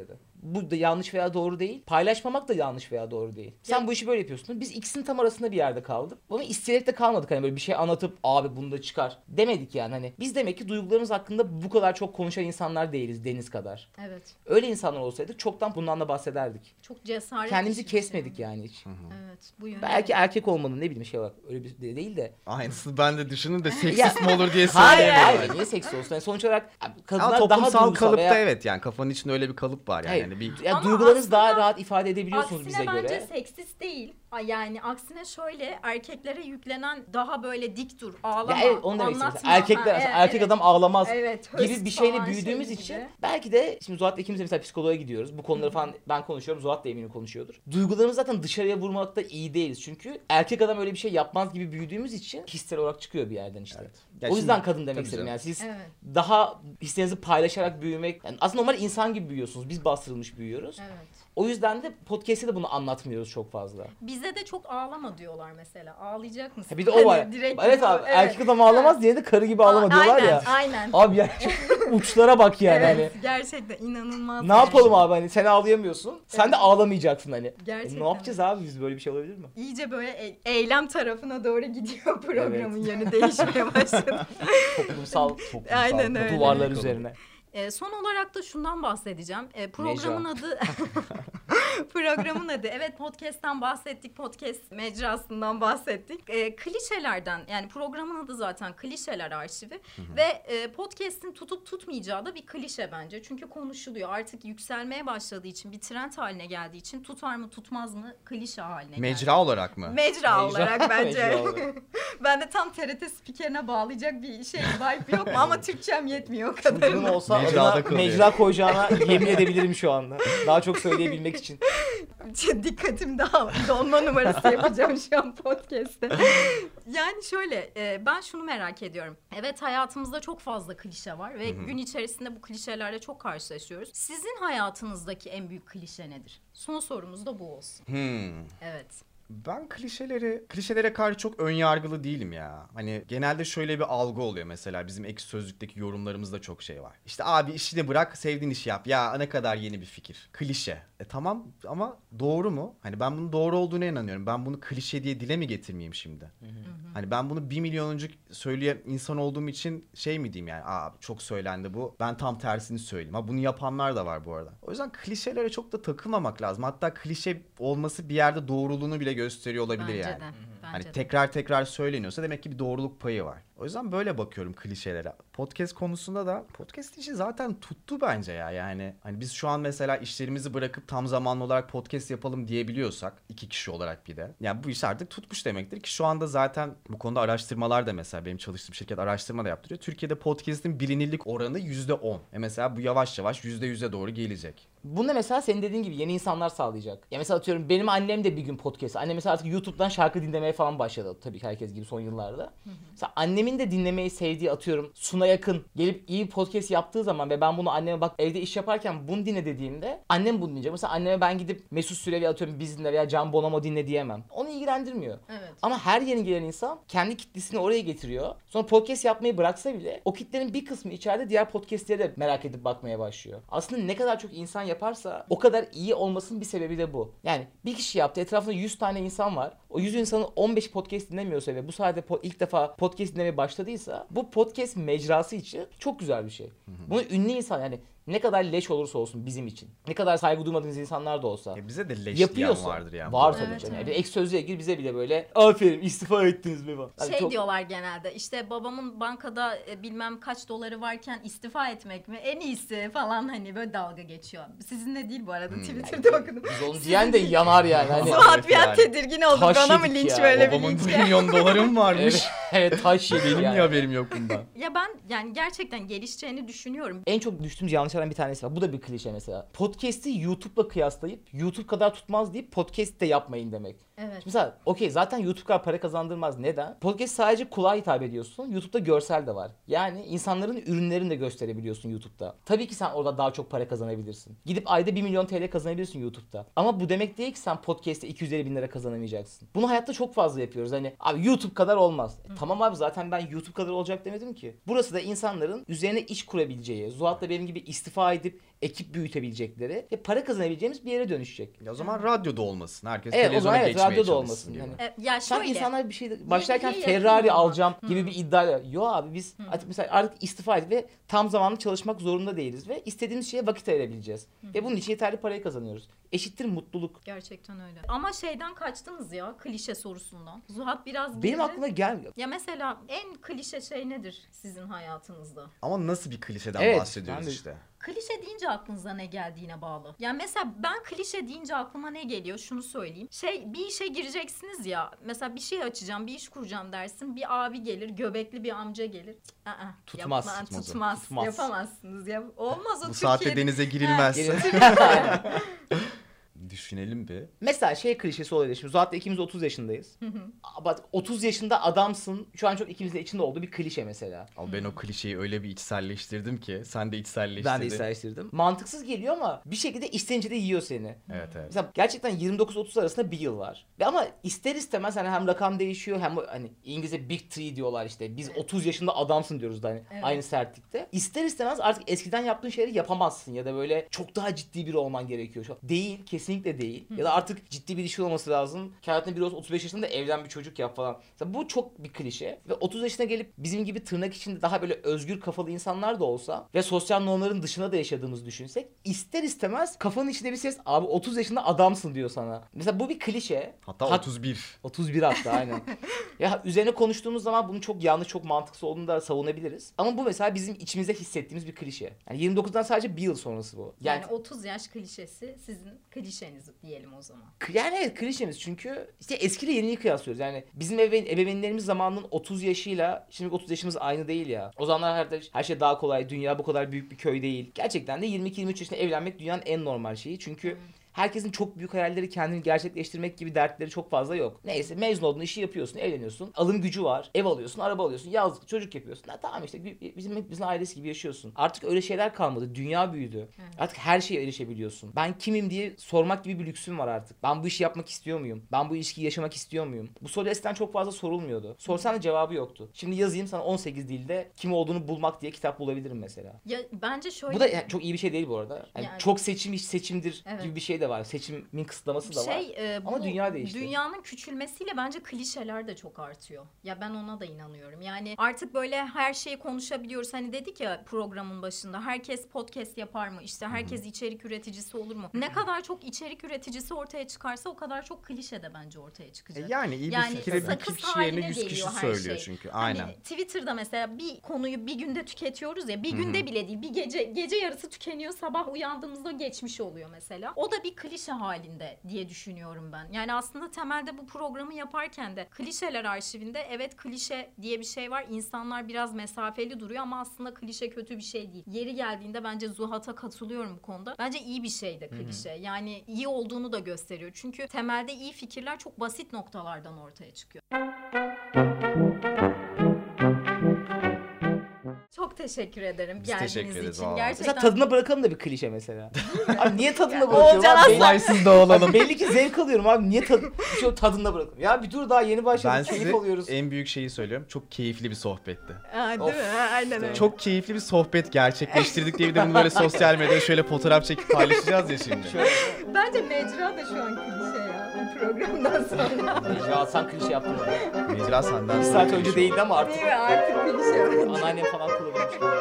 bu da yanlış veya doğru değil. Paylaşmamak da yanlış veya doğru değil. Sen bu işi böyle yapıyorsun. Biz ikisinin tam arasında bir yerde kaldık. Ama isteyerek de kalmadık. Hani böyle bir şey anlatıp abi bunu da çıkar demedik yani. Hani biz demek ki duygularımız hakkında bu kadar çok konuşan insanlar değiliz Deniz kadar. Evet. Öyle insanlar olsaydık çoktan bundan da bahsederdik. Çok cesaret. Kendimizi kesmedik yani hiç. Evet. Bu yönde. Belki erkek olmanın ne bileyim şey olarak öyle bir de değil de. Aynısını ben de düşündüm de Ya- seksist mi olur diye Hayır söyleyemiyorum. hayır niye seksi olsun? Yani sonuç olarak Ama kadınlar daha toplumsal duygusal kalıpta veya... evet yani kafanın içinde öyle bir kalıp var yani. Hayır. Yani bir... Yani Ama duygularınızı daha aslında rahat ifade edebiliyorsunuz bize aksine bence göre. seksist değil. Yani aksine şöyle erkeklere yüklenen daha böyle dik dur, ağlama, Ya evet onu demek istedim. anlatma. Erkekler, Ha, erkek adam ağlamaz evet, gibi hırs bir şeyle falan büyüdüğümüz şey için gibi. belki de şimdi Zuhat'la ikimiz de mesela psikoloğa gidiyoruz. Bu konuları falan ben konuşuyorum. Zuhat da eminim konuşuyordur. Duygularımızı zaten dışarıya vurmakta iyi değiliz. Çünkü erkek adam öyle bir şey yapmaz gibi büyüdüğümüz için hissel olarak çıkıyor bir yerden işte. Evet. Ya O yüzden şimdi- kadın demek tabii istedim canım. yani. Siz Evet. daha hislerinizi paylaşarak büyümek. Yani aslında normal insan gibi büyüyorsunuz. Biz bastırılmış büyüyoruz. Evet. O yüzden de podcast'te de bunu anlatmıyoruz çok fazla. Bize de çok ağlama diyorlar mesela. Ağlayacak mısın? Ha bir de o var. Hani direkt Evet bu- abi erkek adam ağlamaz diye de karı gibi ağlama diyorlar aynen, ya. Aynen. Abi yani uçlara bak yani Evet, hani. gerçekten inanılmaz. Ne yani. yapalım abi hani sen ağlayamıyorsun. Sen de Evet. ağlamayacaksın hani. Gerçekten. Ne yapacağız abi biz böyle bir şey olabilir mi? İyice böyle eylem tarafına doğru gidiyor programın yönü değişmeye başladı. Toplumsal Aynen öyle. duvarlar üzerine. Son olarak da şundan bahsedeceğim. Programın adı programın adı. Evet podcast'ten bahsettik. Podcast mecrasından bahsettik. Klişelerden yani programın adı zaten Klişeler Arşivi ve podcast'in tutup tutmayacağı da bir klişe bence. Çünkü konuşuluyor. Artık yükselmeye başladığı için bir trend haline geldiği için tutar mı tutmaz mı klişe haline geldi. Mecra olarak mı? Mecra olarak bence. Mecra olarak. Ben de tam TRT spikerine bağlayacak bir şey vibe yok mu ama Türkçem yetmiyor o kadar. Bunun olsa Mecrada adına kalıyor. mecra koyacağına yemin edebilirim şu anda. Daha çok söyleyebilmek için. Dikkatim dağıldı. Donma numarası yapacağım şu an podcast'te. Yani şöyle ben şunu merak ediyorum. Evet hayatımızda çok fazla klişe var ve gün içerisinde bu klişelerle çok karşılaşıyoruz. Sizin hayatınızdaki en büyük klişe nedir? Son sorumuz da bu olsun. Evet. Ben klişelere karşı çok ön yargılı değilim ya. Hani genelde şöyle bir algı oluyor mesela bizim Ekşi Sözlük'teki yorumlarımızda çok şey var. İşte abi işini bırak sevdiğin işi yap. Ya ne kadar yeni bir fikir. Klişe. Tamam ama doğru mu? Hani ben bunun doğru olduğuna inanıyorum. Ben bunu klişe diye dile mi getirmeyeyim şimdi? Hani ben bunu 1 milyonuncu söyleyen insan olduğum için şey mi diyeyim yani? Abi çok söylendi bu. Ben tam tersini söyleyeyim. Ha bunu yapanlar da var bu arada. O yüzden klişelere çok da takılmamak lazım. Hatta klişe olması bir yerde doğruluğunu bile gösteriyor olabilir Bence yani. de. Hani Bence de. tekrar söyleniyorsa demek ki bir doğruluk payı var. O yüzden böyle bakıyorum klişelere. Podcast konusunda da podcast işi zaten tuttu bence ya. Yani hani biz şu an mesela işlerimizi bırakıp tam zamanlı olarak podcast yapalım diyebiliyorsak 2 kişi olarak bir de. Yani bu iş artık tutmuş demektir ki şu anda zaten bu konuda araştırmalar da mesela benim çalıştığım şirket araştırma da yaptırıyor. Türkiye'de podcast'in bilinirlik oranı %10. Mesela bu yavaş yavaş %100'e doğru gelecek. Bunu da mesela senin dediğin gibi yeni insanlar sağlayacak. Ya mesela atıyorum benim annem de bir gün podcast. Annem mesela artık YouTube'dan şarkı dinlemeye falan başladı. Tabii ki herkes gibi son yıllarda. Mesela annemin de dinlemeyi sevdiği atıyorum Suna Yakın gelip iyi bir podcast yaptığı zaman ve ben bunu anneme bak evde iş yaparken bunu dinle dediğimde annem bunu dinleyecek. Mesela anneme ben gidip Mesut Süre atıyorum biz dinle veya Can Bonomo dinle diyemem. Onu ilgilendirmiyor. Evet. Ama her yeni gelen insan kendi kitlesini oraya getiriyor. Sonra podcast yapmayı bıraksa bile o kitlenin bir kısmı içeride diğer podcastleri de merak edip bakmaya başlıyor. Aslında ne kadar çok insan yaparsa o kadar iyi olmasının bir sebebi de bu. Yani bir kişi yaptı etrafında 100 tane insan var. O 100 insanın 15 podcast dinlemiyorsa ve bu sayede ilk defa podcast dinlemeye başladıysa bu podcast mecrası için çok güzel bir şey. Bunu ünlü insan yani ne kadar leş olursa olsun bizim için. Ne kadar saygı duymadığımız insanlar da olsa. Bize de leş yapıyorsa diyen vardır yani. var Bu tabii Evet, canım. evet. Yani Ek Sözlüğe gir bize bile böyle aferin istifa ettiniz mi falan. Yani Şey çok- diyorlar genelde işte babamın bankada bilmem kaç doları varken istifa etmek mi en iyisi falan hani böyle dalga geçiyor. Sizinle değil bu arada Twitter'da okudum. Biz onu diyen de yanar yani. Hani, Suat bir an yani. tedirgin oldu. Taş Bana mı yedik linç ya. böyle bir Babamın linç 1 ya? milyon dolarım varmış. evet, evet taş yedik Benim yani. niye haberim yok bundan? Ya ben yani gerçekten gelişeceğini düşünüyorum. En çok düştüğümüz yanlışlardan bir tanesi var. Bu da bir klişe mesela. Podcast'i YouTube'la kıyaslayıp YouTube kadar tutmaz deyip podcast de yapmayın demek. Evet. Mesela okey zaten YouTube kadar para kazandırmaz. Neden? Podcast sadece kulağa hitap ediyorsun. YouTube'da görsel de var. Yani insanların ürünlerini de gösterebiliyorsun YouTube'da. Tabii ki sen orada daha çok para kazanabilirsin. Gidip ayda 1 milyon TL kazanabilirsin YouTube'da. Ama bu demek değil ki sen podcast'te 250 bin lira kazanamayacaksın. Bunu hayatta çok fazla yapıyoruz. Hani abi YouTube kadar olmaz. Tamam abi zaten ben YouTube kadar olacak demedim ki. Burası da insanların üzerine iş kurabileceği, Zuhat'la benim gibi istifa edip ekip büyütebilecekleri ve para kazanabileceğimiz bir yere dönüşecek. Ya o zaman radyoda olmasın. Herkes Evet, o televizyona zaman evet, geçmeye radyoda çalışsın olmasın. gibi. Yani Ya sen şöyle. insanlar bir şey başlarken Bilgiye Ferrari yakın alacağım ama. gibi bir iddia. Yo abi biz artık istifa ettik ve tam zamanlı çalışmak zorunda değiliz ve istediğimiz şeye vakit ayırabileceğiz. Ve bunun için yeterli parayı kazanıyoruz. Eşittir mutluluk. Gerçekten öyle. Ama şeyden kaçtınız ya, klişe sorusundan. Zuhat biraz Benim girdi. aklıma gelmiyor. Ya mesela en klişe şey nedir sizin hayatınızda? Ama nasıl bir klişeden Evet, bahsediyoruz ben de- işte. Klişe deyince aklınıza ne geldiğine bağlı. Yani mesela ben klişe deyince aklıma ne geliyor? Şunu söyleyeyim. Bir işe gireceksiniz ya. Mesela bir şey açacağım, bir iş kuracağım dersin. Bir abi gelir, göbekli bir amca gelir. Tutmaz, Tutmaz. Yapamazsınız. Olmaz o Bu saatte Türkiye'de. denize girilmez. Gelin. Düşünelim bir. Mesela klişesi oluyor. Şimdi Zuhat'la ikimiz de 30 yaşındayız. Bak 30 yaşında adamsın. Şu an çok ikimiz de içinde olduğu bir klişe mesela. Ama ben o klişeyi öyle bir içselleştirdim ki sen de içselleştirdin. Ben de isterleştirdim. Mantıksız geliyor ama bir şekilde istenince de yiyor seni. Evet evet. Mesela gerçekten 29-30 arasında bir yıl var. Ve ama ister istemez hani hem rakam değişiyor hem hani İngilizce Big Three diyorlar işte. Biz 30 yaşında adamsın diyoruz da hani Evet. aynı sertlikte. İster istemez artık eskiden yaptığın şeyleri yapamazsın ya da böyle çok daha ciddi biri olman gerekiyor. Değil, kesinlikle değil. Ya da artık ciddi bir işin olması lazım. Hayatında biri olsa 35 yaşında evlen bir çocuk yap falan. Mesela bu çok bir klişe. Ve 30 yaşına gelip bizim gibi tırnak içinde daha böyle özgür kafalı insanlar da olsa ve sosyal normların dışına da yaşadığımızı düşünsek ister istemez kafanın içinde bir ses abi 30 yaşında adamsın diyor sana. Mesela bu bir klişe. Hatta 31. 31 hatta aynen. Ya üzerine konuştuğumuz zaman bunun çok yanlış, çok mantıksız olduğunu da savunabiliriz. Ama bu mesela bizim içimizde hissettiğimiz bir klişe. Yani 29'dan sadece bir yıl sonrası bu. Yani 30 yaş klişesi sizin klişeniz diyelim o zaman. Yani evet klişemiz çünkü işte eskiyle yeniyi kıyaslıyoruz. Yani bizim ebeveynlerimiz zamanının 30 yaşıyla şimdi 30 yaşımız aynı değil ya. O zamanlar her şey daha kolay. Dünya bu kadar büyük bir köy değil. Gerçekten de 22-23 yaşında evlenmek dünyanın en normal şeyi. Çünkü herkesin çok büyük hayalleri, kendini gerçekleştirmek gibi dertleri çok fazla yok. Neyse mezun olduğun işi yapıyorsun, evleniyorsun. Alım gücü var. Ev alıyorsun, araba alıyorsun, yazlık çocuk yapıyorsun. Tamam işte bizim ailesi gibi yaşıyorsun. Artık öyle şeyler kalmadı. Dünya büyüdü. Artık her şeye erişebiliyorsun. Ben kimim diye sormak gibi bir lüksüm var artık. Ben bu işi yapmak istiyor muyum? Ben bu ilişkiyi yaşamak istiyor muyum? Bu soru eskiden çok fazla sorulmuyordu. Sorsan da cevabı yoktu. Şimdi yazayım sana 18 dilde kim olduğunu bulmak diye kitap bulabilirim mesela. Ya bence şöyle. Bu da çok iyi bir şey değil bu arada. Yani çok seçim iş seçimdir gibi bir şey de var. Seçimin kısıtlaması da var. Ama dünya değişti. Dünyanın küçülmesiyle bence klişeler de çok artıyor. Ya ben ona da inanıyorum. Yani artık böyle her şeyi konuşabiliyoruz. Hani dedik ya programın başında herkes podcast yapar mı? İşte herkes içerik üreticisi olur mu? Ne kadar çok içerik üreticisi ortaya çıkarsa o kadar çok klişe de bence ortaya çıkacak. Yani iyi bir fikre bir sakız kişi yerine haline 100 kişi geliyor her söylüyor şey. çünkü. Aynen. Hani Twitter'da mesela bir konuyu bir günde tüketiyoruz ya. Bir günde bile değil. Bir gece yarısı tükeniyor. Sabah uyandığımızda geçmiş oluyor mesela. O da bir klişe halinde diye düşünüyorum ben. Yani aslında temelde bu programı yaparken de klişeler arşivinde evet klişe diye bir şey var. İnsanlar biraz mesafeli duruyor ama aslında klişe kötü bir şey değil. Yeri geldiğinde bence Zuhat'a katılıyorum bu konuda. Bence iyi bir şey de klişe. Yani iyi olduğunu da gösteriyor. Çünkü temelde iyi fikirler çok basit noktalardan ortaya çıkıyor. Çok teşekkür ederim Biz geldiğiniz teşekkür ederiz için. vallahi. Gerçekten Mesela tadına bırakalım da bir klişe mesela. Abi niye tadına bırakıyorum Olcan abi? Olaysız da olalım. Belli ki zevk alıyorum abi. Niye bir şey tadında bırakalım? Ya bir dur daha yeni Ben başladık. Keyif size alıyoruz. en büyük şeyi söylüyorum. Çok keyifli bir sohbetti. Değil Of. mi? Aynen öyle. Çok keyifli bir sohbet gerçekleştirdik diye bir de bunu böyle sosyal medyada şöyle fotoğraf çekip paylaşacağız ya şimdi. Bence mecra da şu an klişe ya bu programdan sonra. Ya sen klişe yaptın. Mecra senden Bir sonra saat klişe önce oldu. değildi ama artık Değil mi? Artık klişe. anneannem falan kullanıyormuş.